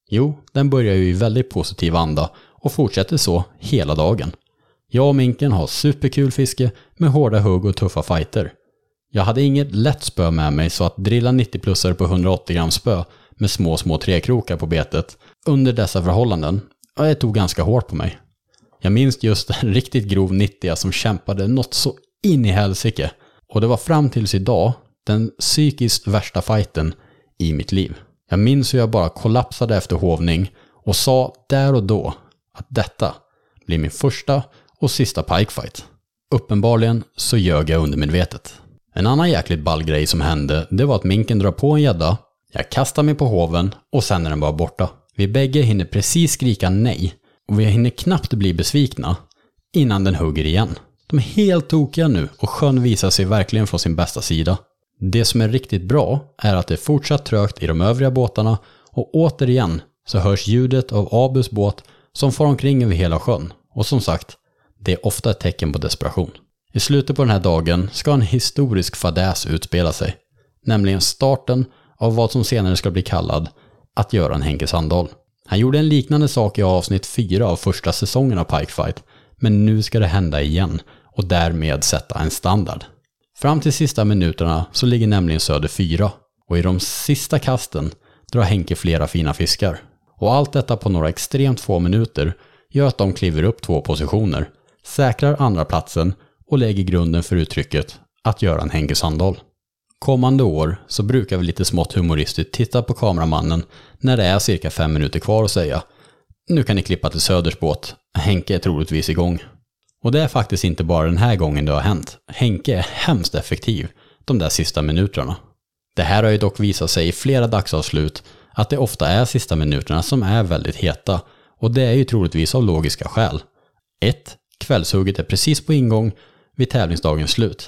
Jo, den börjar ju i väldigt positiv anda och fortsätter så hela dagen. Jag och minken har superkul fiske med hårda hugg och tuffa fighter. Jag hade inget lätt spö med mig, så att drilla 90-plussare på 180 gram spö med små träkrokar på betet under dessa förhållanden, det tog ganska hårt på mig. Jag minns just en riktigt grov 90 som kämpade något så in i helsike, och det var fram tills idag den psykiskt värsta fighten i mitt liv. Jag minns hur jag bara kollapsade efter hovning och sa där och då att detta blir min första och sista pikefight. Uppenbarligen så ljög jag undermedvetet. En annan jäkligt ball grej som hände, det var att minken drar på en gädda, jag kastar mig på hoven och sen är den bara borta. Vi bägge hinner precis skrika nej och vi hinner knappt bli besvikna innan den hugger igen. De är helt tokiga nu och sjön visar sig verkligen från sin bästa sida. Det som är riktigt bra är att det är fortsatt trögt i de övriga båtarna, och återigen så hörs ljudet av Abus båt som far omkring över hela sjön, och som sagt, det är ofta ett tecken på desperation. I slutet på den här dagen ska en historisk fadäs utspela sig, nämligen starten av vad som senare ska bli kallad att göra en Henke Sandahl. Han gjorde en liknande sak i avsnitt 4 av första säsongen av Pikefight, men nu ska det hända igen och därmed sätta en standard. Fram till sista minuterna så ligger nämligen Söder 4, och i de sista kasten drar Henke flera fina fiskar. Och allt detta på några extremt få minuter gör att de kliver upp 2 positioner, säkrar andra platsen och lägger grunden för uttrycket att göra en Henke Sandahl. Kommande år så brukar vi lite smått humoristiskt titta på kameramannen när det är cirka 5 minuter kvar och säga: nu kan ni klippa till Söders båt, Henke är troligtvis igång. Och det är faktiskt inte bara den här gången det har hänt. Henke är hemskt effektiv de där sista minuterna. Det här har ju dock visat sig i flera dagsavslut att det ofta är sista minuterna som är väldigt heta, och det är ju troligtvis av logiska skäl. 1. Kvällshugget är precis på ingång vid tävlingsdagens slut.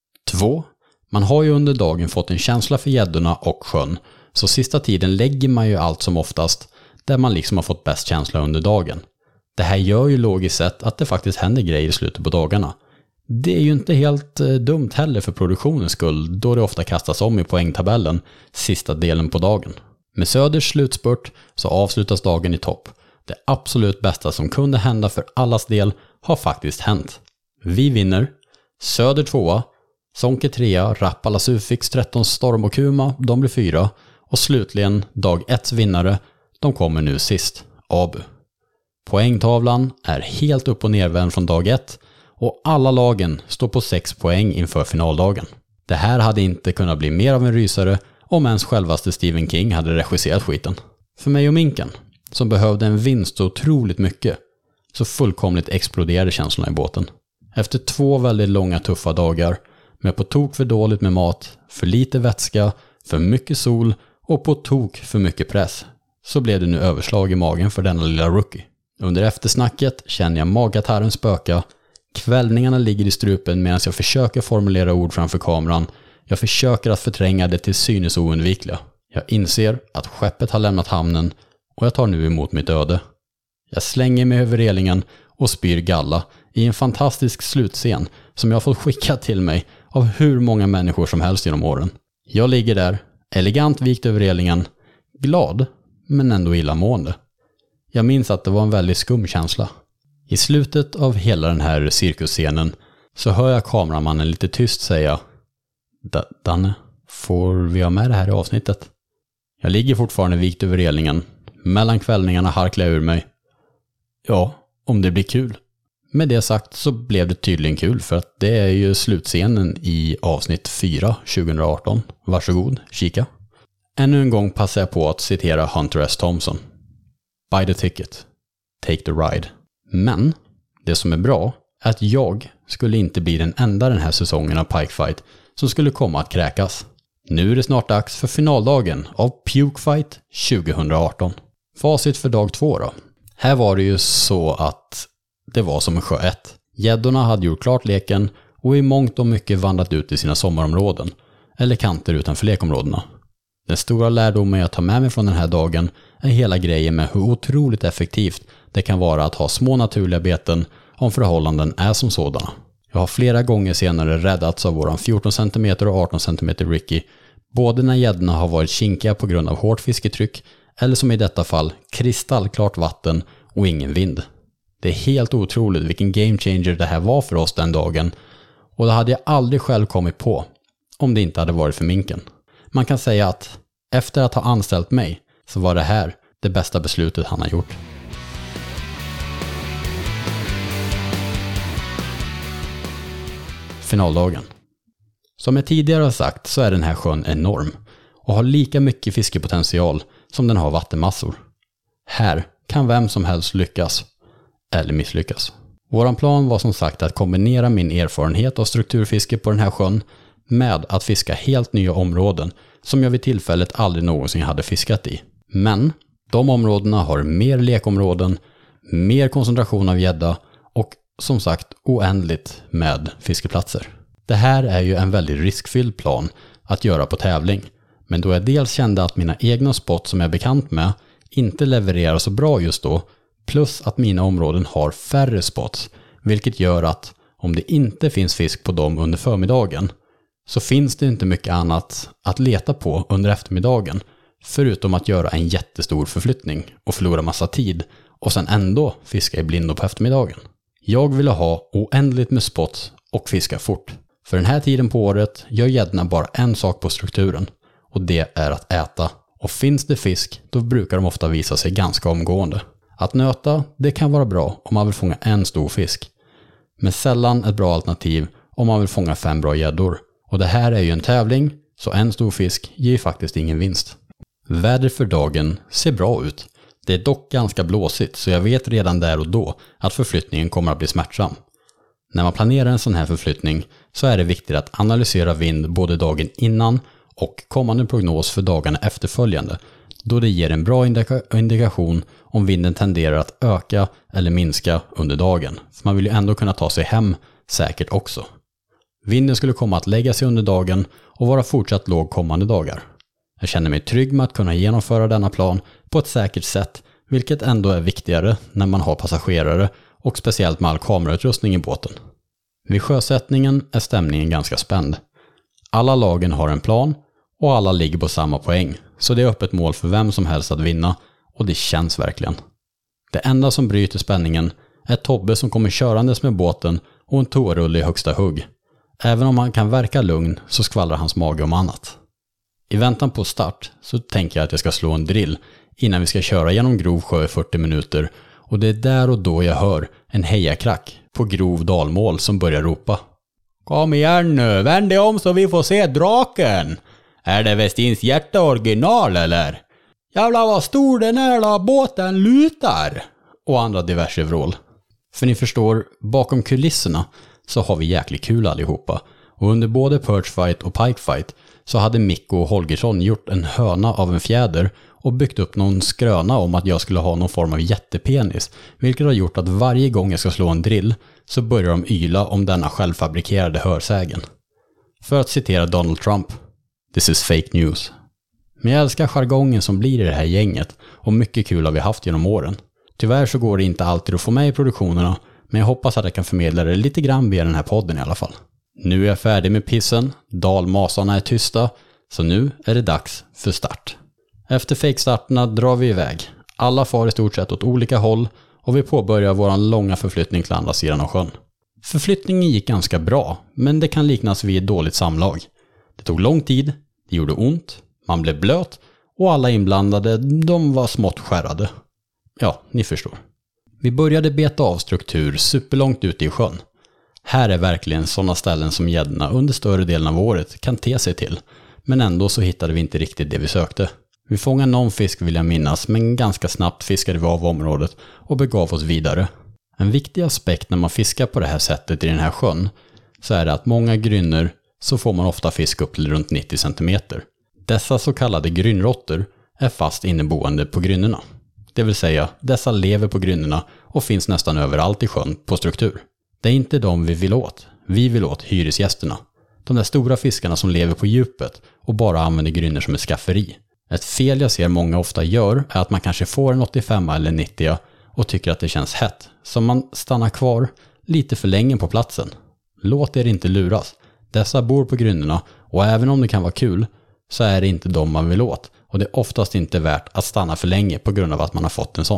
2. Man har ju under dagen fått en känsla för gäddorna och sjön, så sista tiden lägger man ju allt som oftast där man liksom har fått bäst känsla under dagen. Det här gör ju logiskt sett att det faktiskt händer grejer i slutet på dagarna. Det är ju inte helt dumt heller för produktionens skull, då det ofta kastas om i poängtabellen sista delen på dagen. Med Söders slutspurt så avslutas dagen i topp. Det absolut bästa som kunde hända för allas del har faktiskt hänt. Vi vinner, Söder 2, Sonke 3, Rappala Sufix 13, Storm och Kuma, de blir 4, och slutligen dag 1s vinnare, de kommer nu sist, Abu. Poängtavlan är helt upp- och nervänd från dag 1 och alla lagen står på 6 poäng inför finaldagen. Det här hade inte kunnat bli mer av en rysare om ens självaste Stephen King hade regisserat skiten. För mig och minken, som behövde en vinst så otroligt mycket, så fullkomligt exploderade känslorna i båten. Efter 2 väldigt långa tuffa dagar med på tok för dåligt med mat, för lite vätska, för mycket sol och på tok för mycket press, så blev det nu överslag i magen för denna lilla rookie. Under eftersnacket känner jag magkatarren spöka, kvällningarna ligger i strupen medan jag försöker formulera ord framför kameran. Jag försöker att förtränga det till synes oundvikliga. Jag inser att skeppet har lämnat hamnen och jag tar nu emot mitt öde. Jag slänger mig över relingen och spyr galla i en fantastisk slutscen som jag har fått skicka till mig av hur många människor som helst genom åren. Jag ligger där, elegant vikt över relingen, glad men ändå illamående. Jag minns att det var en väldigt skum känsla. I slutet av hela den här cirkusscenen så hör jag kameramannen lite tyst säga: Danne, får vi ha med det här i avsnittet? Jag ligger fortfarande vikt över relingen. Mellan kvällningarna harklar jag ur mig. Ja, om det blir kul. Med det sagt så blev det tydligen kul, för att det är ju slutscenen i avsnitt 4 2018. Varsågod, kika. Ännu en gång passar jag på att citera Hunter S. Thompson. Buy the ticket. Take the ride. Men det som är bra är att jag skulle inte bli den enda den här säsongen av Pikefight som skulle komma att kräkas. Nu är det snart dags för finaldagen av Pukefight 2018. Facit för dag 2 då. Här var det ju så att det var som en sjö 1. Gäddorna hade gjort klart leken och i mångt och mycket vandrat ut i sina sommarområden eller kanter utanför lekområdena. Den stora lärdomen jag tar med mig från den här dagen är hela grejen med hur otroligt effektivt det kan vara att ha små naturliga beten om förhållanden är som sådana. Jag har flera gånger senare räddats av våran 14 cm och 18 cm Ricky, både när gäddorna har varit kinkiga på grund av hårt fisketryck eller som i detta fall kristallklart vatten och ingen vind. Det är helt otroligt vilken game changer det här var för oss den dagen, och det hade jag aldrig själv kommit på om det inte hade varit för minken. Man kan säga att efter att ha anställt mig så var det här det bästa beslutet han har gjort. Finaldagen. Som jag tidigare har sagt så är den här sjön enorm och har lika mycket fiskepotential som den har vattenmassor. Här kan vem som helst lyckas eller misslyckas. Våran plan var som sagt att kombinera min erfarenhet av strukturfiske på den här sjön med att fiska helt nya områden som jag vid tillfället aldrig någonsin hade fiskat i. Men de områdena har mer lekområden, mer koncentration av gädda och som sagt oändligt med fiskeplatser. Det här är ju en väldigt riskfylld plan att göra på tävling, men då jag dels kände att mina egna spots som jag är bekant med inte levererar så bra just då, plus att mina områden har färre spots, vilket gör att om det inte finns fisk på dem under förmiddagen så finns det inte mycket annat att leta på under eftermiddagen förutom att göra en jättestor förflyttning och förlora massa tid och sen ändå fiska i blindo på eftermiddagen. Jag ville ha oändligt med spots och fiska fort. För den här tiden på året gör gäddorna bara en sak på strukturen, och det är att äta. Och finns det fisk, då brukar de ofta visa sig ganska omgående. Att nöta, det kan vara bra om man vill fånga en stor fisk, men sällan ett bra alternativ om man vill fånga 5 bra gäddor. Och det här är ju en tävling, så en stor fisk ger faktiskt ingen vinst. Väder för dagen ser bra ut. Det är dock ganska blåsigt, så jag vet redan där och då att förflyttningen kommer att bli smärtsam. När man planerar en sån här förflyttning så är det viktigt att analysera vind både dagen innan och kommande prognos för dagarna efterföljande, då det ger en bra indikation om vinden tenderar att öka eller minska under dagen. För man vill ju ändå kunna ta sig hem säkert också. Vinden skulle komma att lägga sig under dagen och vara fortsatt låg kommande dagar. Jag känner mig trygg med att kunna genomföra denna plan på ett säkert sätt, vilket ändå är viktigare när man har passagerare och speciellt med all kamerautrustning i båten. Vid sjösättningen är stämningen ganska spänd. Alla lagen har en plan och alla ligger på samma poäng, så det är öppet mål för vem som helst att vinna, och det känns verkligen. Det enda som bryter spänningen är Tobbe som kommer körandes med båten och en toarulle i högsta hugg. Även om han kan verka lugn så skvallrar hans mage om annat. I väntan på start så tänker jag att jag ska slå en drill innan vi ska köra genom grov sjö i 40 minuter, och det är där och då jag hör en hejakrack på grov dalmål som börjar ropa: "Kom igen nu, vänd dig om så vi får se draken! Är det Westins hjärta original eller? Jävlar vad stor den är då båten lutar!" Och andra diverse vrål. För ni förstår, bakom kulisserna så har vi jäkligt kul allihopa, och under både perchfight och pikefight så hade Mikko och Holgersson gjort en höna av en fjäder och byggt upp någon skröna om att jag skulle ha någon form av jättepenis, vilket har gjort att varje gång jag ska slå en drill så börjar de yla om denna självfabrikerade hörsägen. För att citera Donald Trump: "This is fake news." Men jag älskar jargongen som blir i det här gänget, och mycket kul har vi haft genom åren. Tyvärr så går det inte alltid att få med i produktionerna, men jag hoppas att jag kan förmedla det lite grann via den här podden i alla fall. Nu är jag färdig med pissen, dalmasarna är tysta, så nu är det dags för start. Efter fake-starterna drar vi iväg. Alla far i stort sett åt olika håll och vi påbörjar våran långa förflyttning till andra sidan av sjön. Förflyttningen gick ganska bra, men det kan liknas vid ett dåligt samlag. Det tog lång tid, det gjorde ont, man blev blöt och alla inblandade, de var smått skärrade. Ja, ni förstår. Vi började beta av struktur superlångt ute i sjön. Här är verkligen sådana ställen som gäddorna under större delen av året kan te sig till, men ändå så hittade vi inte riktigt det vi sökte. Vi fångade någon fisk vill jag minnas, men ganska snabbt fiskade vi av området och begav oss vidare. En viktig aspekt när man fiskar på det här sättet i den här sjön så är det att många grynner så får man ofta fisk upp till runt 90 cm. Dessa så kallade grynrotter är fast inneboende på grynnorna. Det vill säga, dessa lever på grynnorna och finns nästan överallt i sjön på struktur. Det är inte de vi vill åt. Vi vill åt hyresgästerna. De där stora fiskarna som lever på djupet och bara använder grynnor som ett skafferi. Ett fel jag ser många ofta gör är att man kanske får en 85 eller 90 och tycker att det känns hett. Så man stannar kvar lite för länge på platsen. Låt er inte luras. Dessa bor på grynnorna och även om det kan vara kul så är det inte de man vill åt. och det är oftast inte värt att stanna för länge på grund av att man har fått en sån.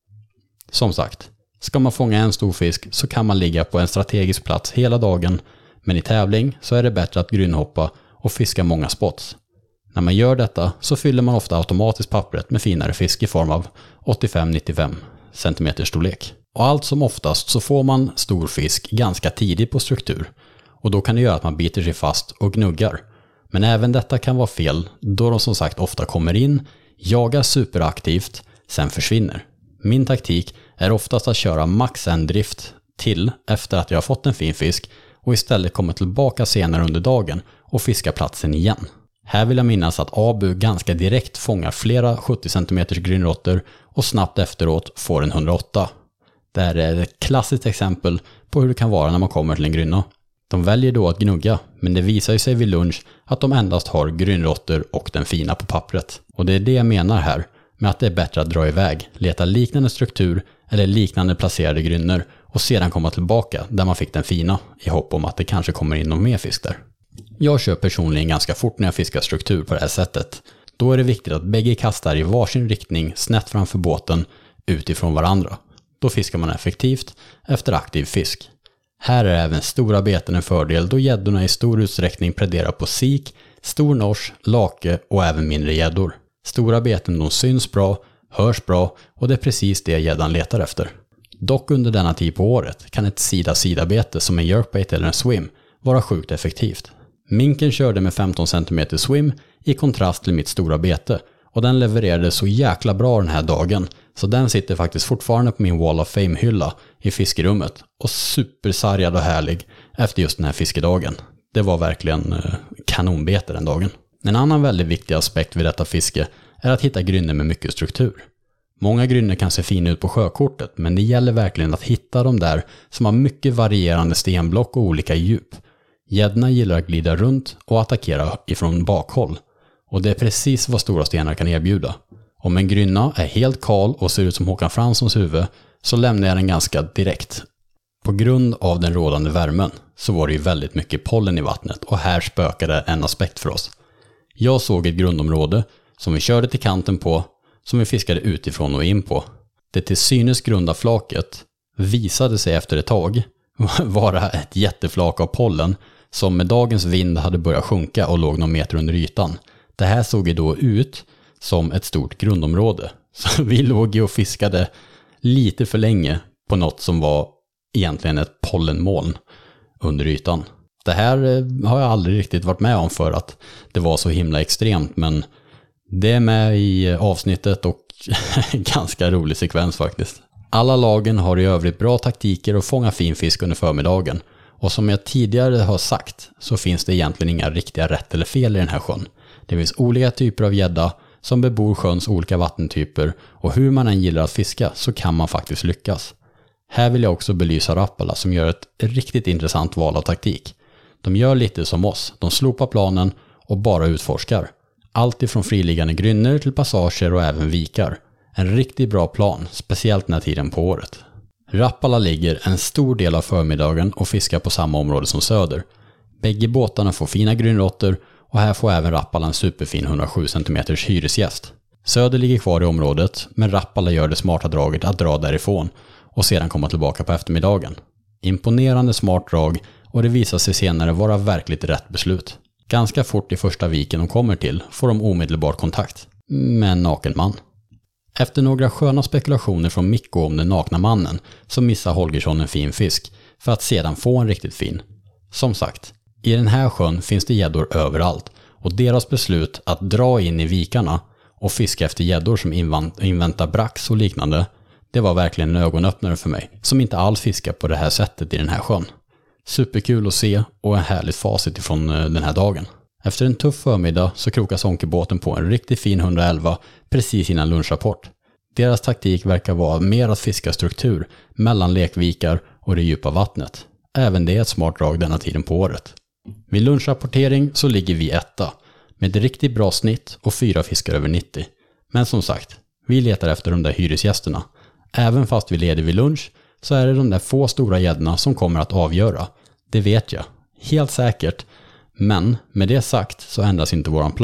Som sagt, ska man fånga en stor fisk så kan man ligga på en strategisk plats hela dagen, men i tävling så är det bättre att grynhoppa och fiska många spots. När man gör detta så fyller man ofta automatiskt pappret med finare fisk i form av 85-95 cm storlek. Och allt som oftast så får man stor fisk ganska tidigt på struktur, och då kan det göra att man biter sig fast och gnuggar. Men även detta kan vara fel, då de som sagt ofta kommer in, jagar superaktivt, sen försvinner. Min taktik är oftast att köra max en drift till efter att jag har fått en fin fisk och istället komma tillbaka senare under dagen och fiska platsen igen. Här vill jag minnas att Abu ganska direkt fångar flera 70 cm grynrotter och snabbt efteråt får en 108. Det här är ett klassiskt exempel på hur det kan vara när man kommer till en grynna. De väljer då att gnugga, men det visar ju sig vid lunch att de endast har grynrotter och den fina på pappret. Och det är det jag menar här med att det är bättre att dra iväg, leta liknande struktur eller liknande placerade grynnor och sedan komma tillbaka där man fick den fina i hopp om att det kanske kommer in någon mer fisk där. Jag kör personligen ganska fort när jag fiskar struktur på det här sättet. Då är det viktigt att bägge kastar i varsin riktning snett framför båten utifrån varandra. Då fiskar man effektivt efter aktiv fisk. Här är även stora beten en fördel då gäddorna i stor utsträckning pläderar på sik, stor nors, lake och även mindre gäddor. Stora beten de syns bra, hörs bra och det är precis det gäddan letar efter. Dock under denna tid på året kan ett sida-sida-bete som en jerkbait eller en swim vara sjukt effektivt. Minken körde med 15 cm swim i kontrast till mitt stora bete och den levererade så jäkla bra den här dagen så den sitter faktiskt fortfarande på min Wall of Fame-hylla i fiskerummet och supersargad och härlig efter just den här fiskedagen. Det var verkligen kanonbete den dagen. En annan väldigt viktig aspekt vid detta fiske är att hitta grynnor med mycket struktur. Många grynnor kan se fina ut på sjökortet, men det gäller verkligen att hitta de där som har mycket varierande stenblock och olika djup. Gäddorna gillar att glida runt och attackera ifrån bakhåll. Och det är precis vad stora stenar kan erbjuda. Om en grynna är helt kal och ser ut som Håkan Franssons huvud så lämnar jag den ganska direkt. På grund av den rådande värmen så var det ju väldigt mycket pollen i vattnet och här spökade en aspekt för oss. Jag såg ett grundområde som vi körde till kanten på som vi fiskade utifrån och in på. Det till synes grunda flaket visade sig efter ett tag vara ett jätteflak av pollen som med dagens vind hade börjat sjunka och låg någon meter under ytan. Det här såg ju då ut som ett stort grundområde. Så vi låg ju och fiskade lite för länge på något som var egentligen ett pollenmoln under ytan. Det här har jag aldrig riktigt varit med om för att det var så himla extremt, men det är med i avsnittet och ganska rolig sekvens faktiskt. Alla lagen har i övrigt bra taktiker och fånga fin fisk under förmiddagen. Och som jag tidigare har sagt så finns det egentligen inga riktiga rätt eller fel i den här sjön. Det finns olika typer av gädda som bebor sjöns olika vattentyper och hur man än gillar att fiska så kan man faktiskt lyckas. Här vill jag också belysa Rapala som gör ett riktigt intressant val av taktik. De gör lite som oss, de slopar planen och bara utforskar. Allt ifrån friliggande grynnor till passager och även vikar. En riktigt bra plan, speciellt när tiden på året. Rapala ligger en stor del av förmiddagen och fiskar på samma område som Söder. Bägge båtarna får fina grynrotter och här får även Rapala en superfin 107 cm hyresgäst. Söder ligger kvar i området men Rapala gör det smarta draget att dra därifrån och sedan komma tillbaka på eftermiddagen. Imponerande smart drag och det visar sig senare vara verkligt rätt beslut. Ganska fort i första viken de kommer till får de omedelbart kontakt med en naken man. Efter några sköna spekulationer från Mikko om den nakna mannen så missar Holgersson en fin fisk för att sedan få en riktigt fin. Som sagt, i den här sjön finns det gäddor överallt och deras beslut att dra in i vikarna och fiska efter gäddor som inväntar brax och liknande, det var verkligen en ögonöppnare för mig som inte alls fiskar på det här sättet i den här sjön. Superkul att se och en härligt facit ifrån den här dagen. Efter en tuff förmiddag så krokas Onkebåten på en riktigt fin 111 precis innan lunchrapport. Deras taktik verkar vara mer att fiska struktur mellan lekvikar och det djupa vattnet. Även det är ett smart drag denna tiden på året. Vid lunchrapportering så ligger vi etta med ett riktigt bra snitt och 4 fiskar över 90. Men som sagt, vi letar efter de där hyresgästerna. Även fast vi leder vid lunch så är det de där få stora gäddorna som kommer att avgöra. Det vet jag. Helt säkert. Men med det sagt så ändras inte våran plan.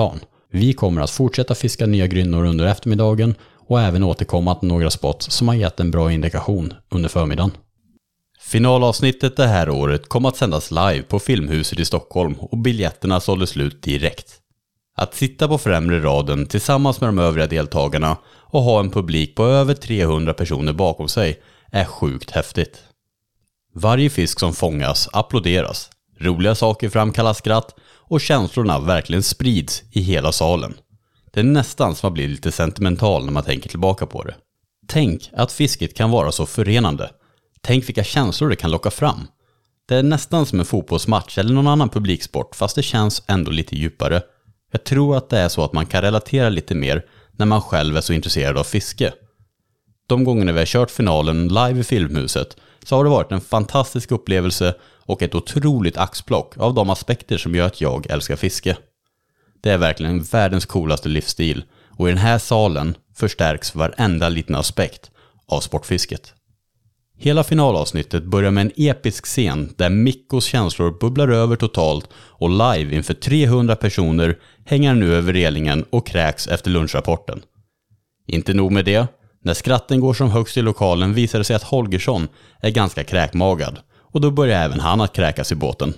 Vi kommer att fortsätta fiska nya grynnor under eftermiddagen och även återkomma till några spots som har gett en bra indikation under förmiddagen. Finalavsnittet det här året kommer att sändas live på Filmhuset i Stockholm och biljetterna sålde slut direkt. Att sitta på främre raden tillsammans med de övriga deltagarna och ha en publik på över 300 personer bakom sig är sjukt häftigt. Varje fisk som fångas applåderas, roliga saker framkallar skratt och känslorna verkligen sprids i hela salen. Det är nästan som att bli lite sentimental när man tänker tillbaka på det. Tänk att fisket kan vara så förenande. Tänk vilka känslor det kan locka fram. Det är nästan som en fotbollsmatch eller någon annan publiksport, fast det känns ändå lite djupare. Jag tror att det är så att man kan relatera lite mer när man själv är så intresserad av fiske. De gångerna vi har kört finalen live i Filmhuset så har det varit en fantastisk upplevelse och ett otroligt axplock av de aspekter som gör att jag älskar fiske. Det är verkligen världens coolaste livsstil och i den här salen förstärks varenda liten aspekt av sportfisket. Hela finalavsnittet börjar med en episk scen där Mikkos känslor bubblar över totalt och live inför 300 personer hänger nu över relingen och kräks efter lunchrapporten. Inte nog med det, när skratten går som högst i lokalen visar det sig att Holgersson är ganska kräkmagad och då börjar även han att kräkas i båten.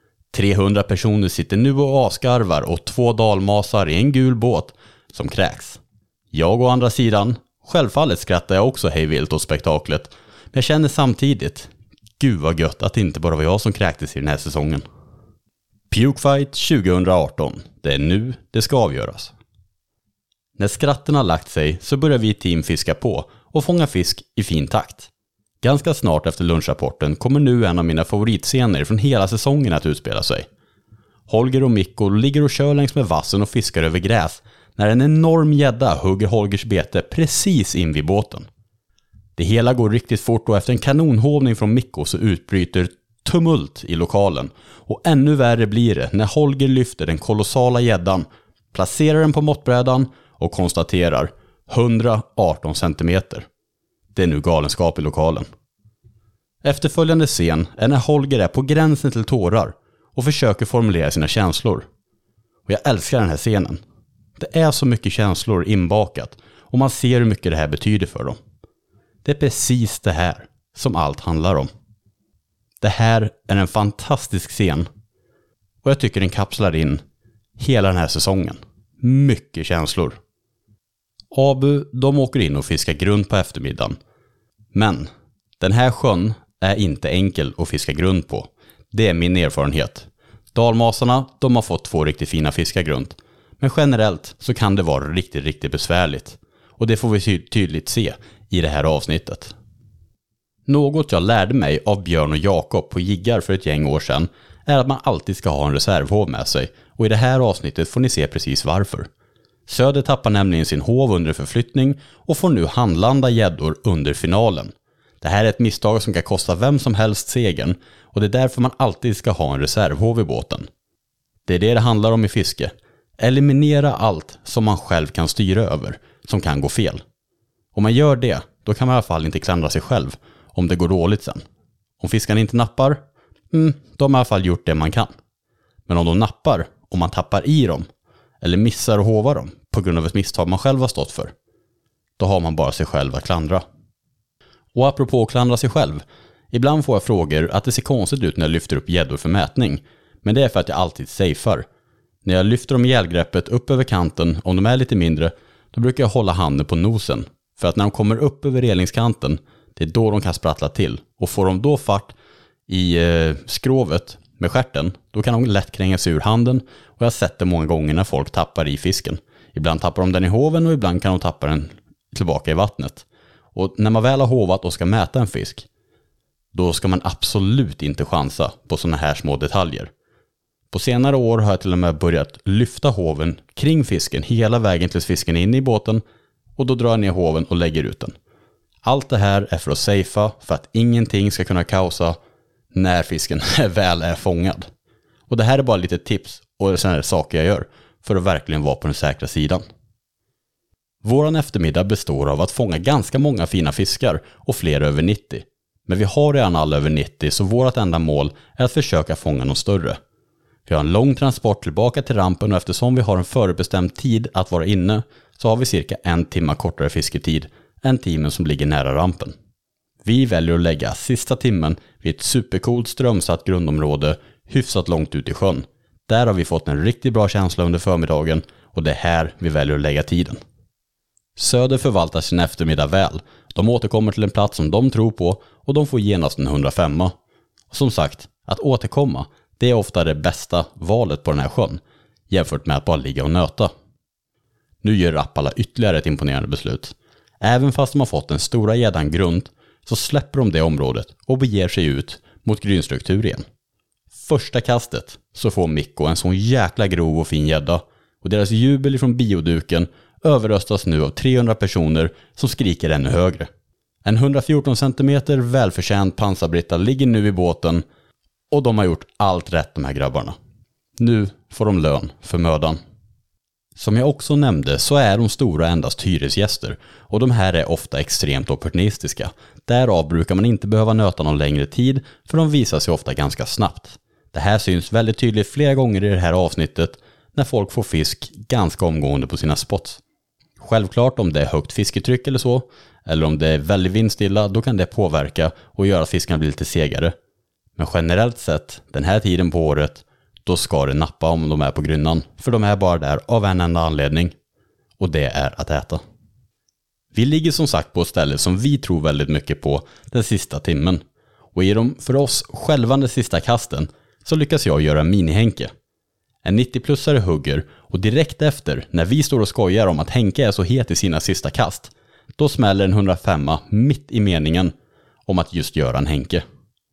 300 personer sitter nu och askarvar och 2 dalmasar i en gul båt som kräks. Jag å andra sidan, självfallet skrattar jag också hejvilt åt spektaklet, men jag känner samtidigt, gud vad gött att det inte bara var jag som kräktes i den här säsongen. Pukefight 2018, det är nu det ska avgöras. När skratten har lagt sig så börjar vi team fiska på och fånga fisk i fin takt. Ganska snart efter lunchrapporten kommer nu en av mina favoritscener från hela säsongen att utspela sig. Holger och Mikko ligger och kör längs med vassen och fiskar över gräs när en enorm gädda hugger Holgers bete precis in vid båten. Det hela går riktigt fort och efter en kanonhovning från Mikko så utbryter tumult i lokalen. Och ännu värre blir det när Holger lyfter den kolossala gäddan, placerar den på måttbrädan och konstaterar 118 centimeter. Det är nu galenskap i lokalen. Efterföljande scen är när Holger är på gränsen till tårar och försöker formulera sina känslor. Och jag älskar den här scenen. Det är så mycket känslor inbakat och man ser hur mycket det här betyder för dem. Det är precis det här som allt handlar om. Det här är en fantastisk scen och jag tycker den kapslar in hela den här säsongen. Mycket känslor. Abu, de åker in och fiskar grund på eftermiddagen. Men den här sjön är inte enkel att fiska grund på. Det är min erfarenhet. Dalmasarna, de har fått 2 riktigt fina fiskargrund. Men generellt så kan det vara riktigt besvärligt. Och det får vi tydligt se i det här avsnittet. Något jag lärde mig av Björn och Jakob på jiggar för ett gäng år sedan är att man alltid ska ha en reservhov med sig. Och i det här avsnittet får ni se precis varför. Söder tappar nämligen sin hov under förflyttning och får nu handlanda gäddor under finalen. Det här är ett misstag som kan kosta vem som helst segern och det är därför man alltid ska ha en reservhov i båten. Det är det handlar om i fiske. Eliminera allt som man själv kan styra över, som kan gå fel. Om man gör det, då kan man i alla fall inte klandra sig själv om det går dåligt sen. Om fiskarna inte nappar, då har man i alla fall gjort det man kan. Men om de nappar och man tappar i dem, eller missar och hovar dem på grund av ett misstag man själv har stått för, då har man bara sig själv att klandra. Och apropå att klandra sig själv, ibland får jag frågor att det ser konstigt ut när jag lyfter upp gäddor för mätning, men det är för att jag alltid safear. När jag lyfter dem i gällgreppet upp över kanten, om de är lite mindre, då brukar jag hålla handen på nosen, för att när de kommer upp över relingskanten, det är då de kan sprattla till, och får de då fart i skrovet med stjärten, då kan de lätt kränga sig ur handen, och jag har sett det många gånger när folk tappar i fisken. Ibland tappar de den i hoven och ibland kan de tappa den tillbaka i vattnet. Och när man väl har hovat och ska mäta en fisk, då ska man absolut inte chansa på såna här små detaljer. På senare år har jag till och med börjat lyfta hoven kring fisken hela vägen tills fisken är inne i båten, och då drar jag ner hoven och lägger ut den. Allt det här är för att safea, för att ingenting ska kunna kaosa när fisken väl är fångad. Och det här är bara lite tips och sådana här saker jag gör för att verkligen vara på den säkra sidan. Våran eftermiddag består av att fånga ganska många fina fiskar och fler över 90. Men vi har redan alla över 90, så vårt enda mål är att försöka fånga någon större. Vi har en lång transport tillbaka till rampen och eftersom vi har en förbestämd tid att vara inne så har vi cirka 1 timme kortare fisketid än teamen som ligger nära rampen. Vi väljer att lägga sista timmen vid ett supercoolt strömsatt grundområde hyfsat långt ut i sjön. Där har vi fått en riktigt bra känsla under förmiddagen och det är här vi väljer att lägga tiden. Söder förvaltar sin eftermiddag väl. De återkommer till en plats som de tror på och de får genast en 105. Och som sagt, att återkomma, det är ofta det bästa valet på den här sjön jämfört med att bara ligga och nöta. Nu gör Rapala ytterligare ett imponerande beslut. Även fast de har fått den stora gäddan grund så släpper de det området och beger sig ut mot grynstruktur igen. Första kastet så får Mikko en sån jäkla grov och fin gädda och deras jubel från bioduken överröstas nu av 300 personer som skriker ännu högre. En 114 cm välförtjänt pansarbritta ligger nu i båten och de har gjort allt rätt de här grabbarna. Nu får de lön för mödan. Som jag också nämnde så är de stora endast hyresgäster och de här är ofta extremt opportunistiska. Därav brukar man inte behöva nöta någon längre tid för de visar sig ofta ganska snabbt. Det här syns väldigt tydligt flera gånger i det här avsnittet när folk får fisk ganska omgående på sina spots. Självklart om det är högt fisketryck eller så, eller om det är väldigt vindstilla, då kan det påverka och göra att fiskarna blir lite segare. Men generellt sett, den här tiden på året, då ska det nappa om de är på grynnan, för de är bara där av en enda anledning, och det är att äta. Vi ligger som sagt på ett ställe som vi tror väldigt mycket på den sista timmen, och i de för oss självande sista kasten så lyckas jag göra en mini-Henke. En 90-plussare hugger och direkt efter, när vi står och skojar om att Henke är så het i sina sista kast, då smäller en 105 mitt i meningen om att just göra en Henke.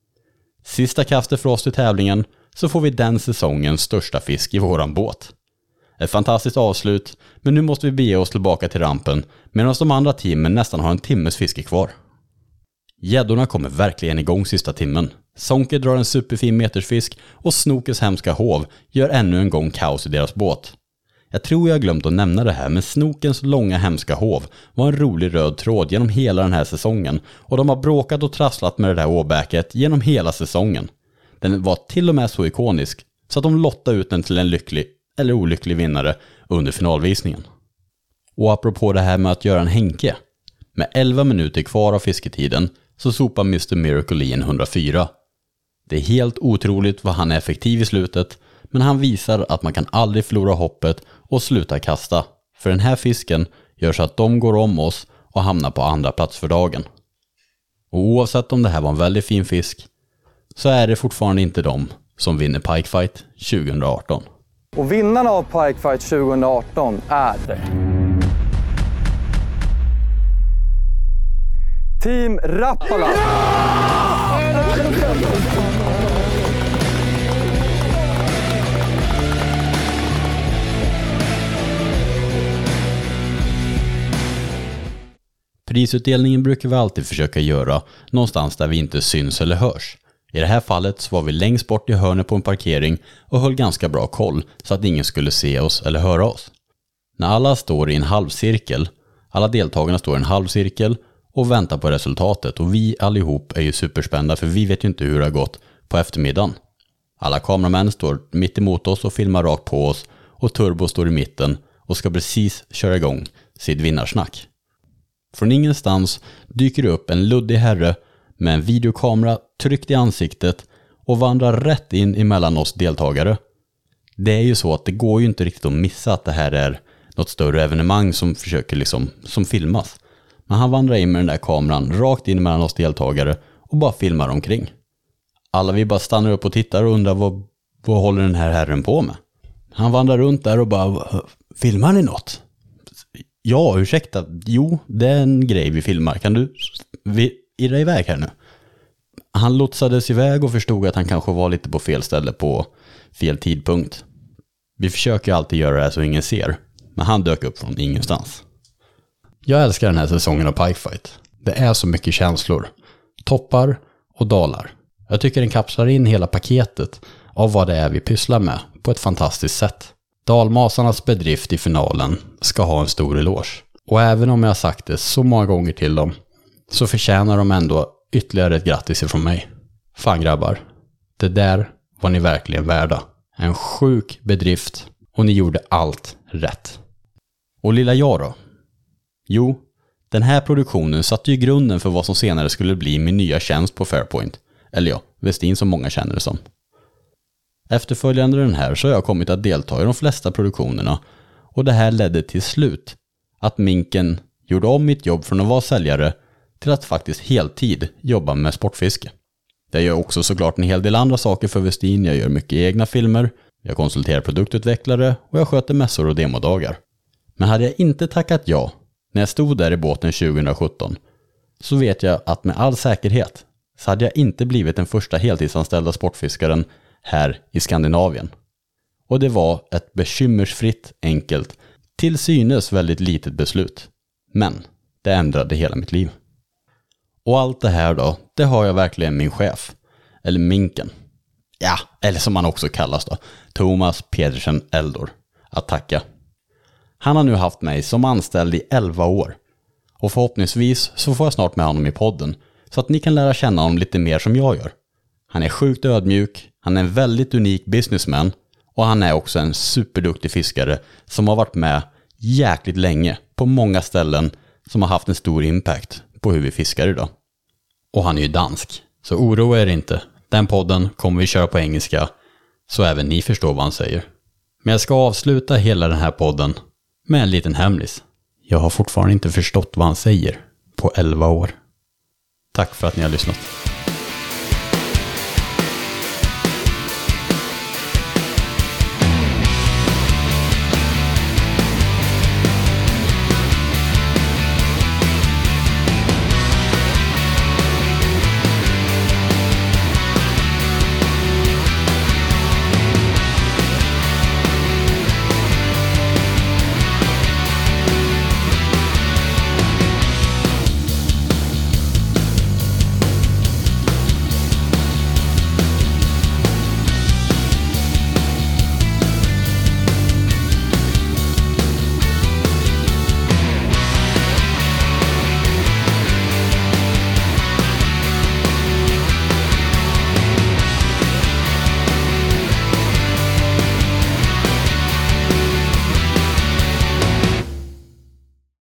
Sista kastet för oss i tävlingen så får vi den säsongens största fisk i våran båt. Ett fantastiskt avslut, men nu måste vi bege oss tillbaka till rampen medan de andra teamen nästan har en timmes fiske kvar. Gäddorna kommer verkligen igång sista timmen. Sonke drar en superfin metersfisk och Snokes hemska hov gör ännu en gång kaos i deras båt. Jag tror jag glömt att nämna det här, men Snokens långa hemska hov var en rolig röd tråd genom hela den här säsongen och de har bråkat och trasslat med det där åbäket genom hela säsongen. Den var till och med så ikonisk så att de lottade ut den till en lycklig eller olycklig vinnare under finalvisningen. Och apropå det här med att göra en Henke, med 11 minuter kvar av fisketiden så sopar Mr. Miracle i en 104. Det är helt otroligt vad han är effektiv i slutet, men han visar att man kan aldrig förlora hoppet och sluta kasta. För den här fisken gör så att de går om oss och hamnar på andra plats för dagen. Och oavsett om det här var en väldigt fin fisk så är det fortfarande inte de som vinner Pikefight 2018. Och vinnarna av Pikefight 2018 är Team Rapala! Prisutdelningen brukar vi alltid försöka göra någonstans där vi inte syns eller hörs. I det här fallet så var vi längst bort i hörnet på en parkering och höll ganska bra koll så att ingen skulle se oss eller höra oss. När alla står i en halvcirkel, alla deltagarna står i en halvcirkel och väntar på resultatet och vi allihop är ju superspända för vi vet ju inte hur det har gått på eftermiddagen. Alla kameramän står mitt emot oss och filmar rakt på oss och Turbo står i mitten och ska precis köra igång sitt vinnarsnack. Från ingenstans dyker det upp en luddig herre med en videokamera tryckt i ansiktet och vandrar rätt in emellan oss deltagare. Det är ju så att det går ju inte riktigt att missa att det här är något större evenemang som försöker som filmas. Men han vandrar in med den där kameran rakt in mellan oss deltagare och bara filmar omkring. Alla vi bara stannar upp och tittar och undrar vad håller den här herren på med? Han vandrar runt där och bara, filmar ni något? Ja, ursäkta. Jo, det är en grej vi filmar. Kan du irra iväg här nu? Han lotsades iväg och förstod att han kanske var lite på fel ställe på fel tidpunkt. Vi försöker alltid göra det här så ingen ser. Men han dök upp från ingenstans. Jag älskar den här säsongen av Pikefight. Det är så mycket känslor. Toppar och dalar. Jag tycker den kapslar in hela paketet av vad det är vi pysslar med på ett fantastiskt sätt. Dalmasarnas bedrift i finalen ska ha en stor eloge. Och även om jag har sagt det så många gånger till dem så förtjänar de ändå ytterligare ett grattis ifrån mig. Fan grabbar, det där var ni verkligen värda. En sjuk bedrift och ni gjorde allt rätt. Och lilla jag då? Jo, den här produktionen satte ju grunden för vad som senare skulle bli min nya tjänst på Fairpoint. Eller ja, Westin som många känner det som. Efterföljande den här så har jag kommit att delta i de flesta produktionerna och det här ledde till slut att Minken gjorde om mitt jobb från att vara säljare till att faktiskt heltid jobba med sportfiske. Jag gör också såklart en hel del andra saker för Westin. Jag gör mycket egna filmer, jag konsulterar produktutvecklare och jag sköter mässor och demodagar. Men hade jag inte tackat ja när jag stod där i båten 2017 så vet jag att med all säkerhet så hade jag inte blivit den första heltidsanställda sportfiskaren här i Skandinavien. Och det var ett bekymmersfritt, enkelt, till synes väldigt litet beslut. Men det ändrade hela mitt liv. Och allt det här då, det har jag verkligen min chef, eller Minken. Ja, eller som han också kallas då, Thomas Pedersen Eldor, att tacka. Han har nu haft mig som anställd i 11 år. Och förhoppningsvis så får jag snart med honom i podden så att ni kan lära känna honom lite mer som jag gör. Han är sjukt ödmjuk, han är en väldigt unik businessman och han är också en superduktig fiskare som har varit med jäkligt länge på många ställen som har haft en stor impact på hur vi fiskar idag. Och han är ju dansk, så oroa er inte. Den podden kommer vi köra på engelska så även ni förstår vad han säger. Men jag ska avsluta hela den här podden med en liten hemlis. Jag har fortfarande inte förstått vad han säger på 11 år. Tack för att ni har lyssnat.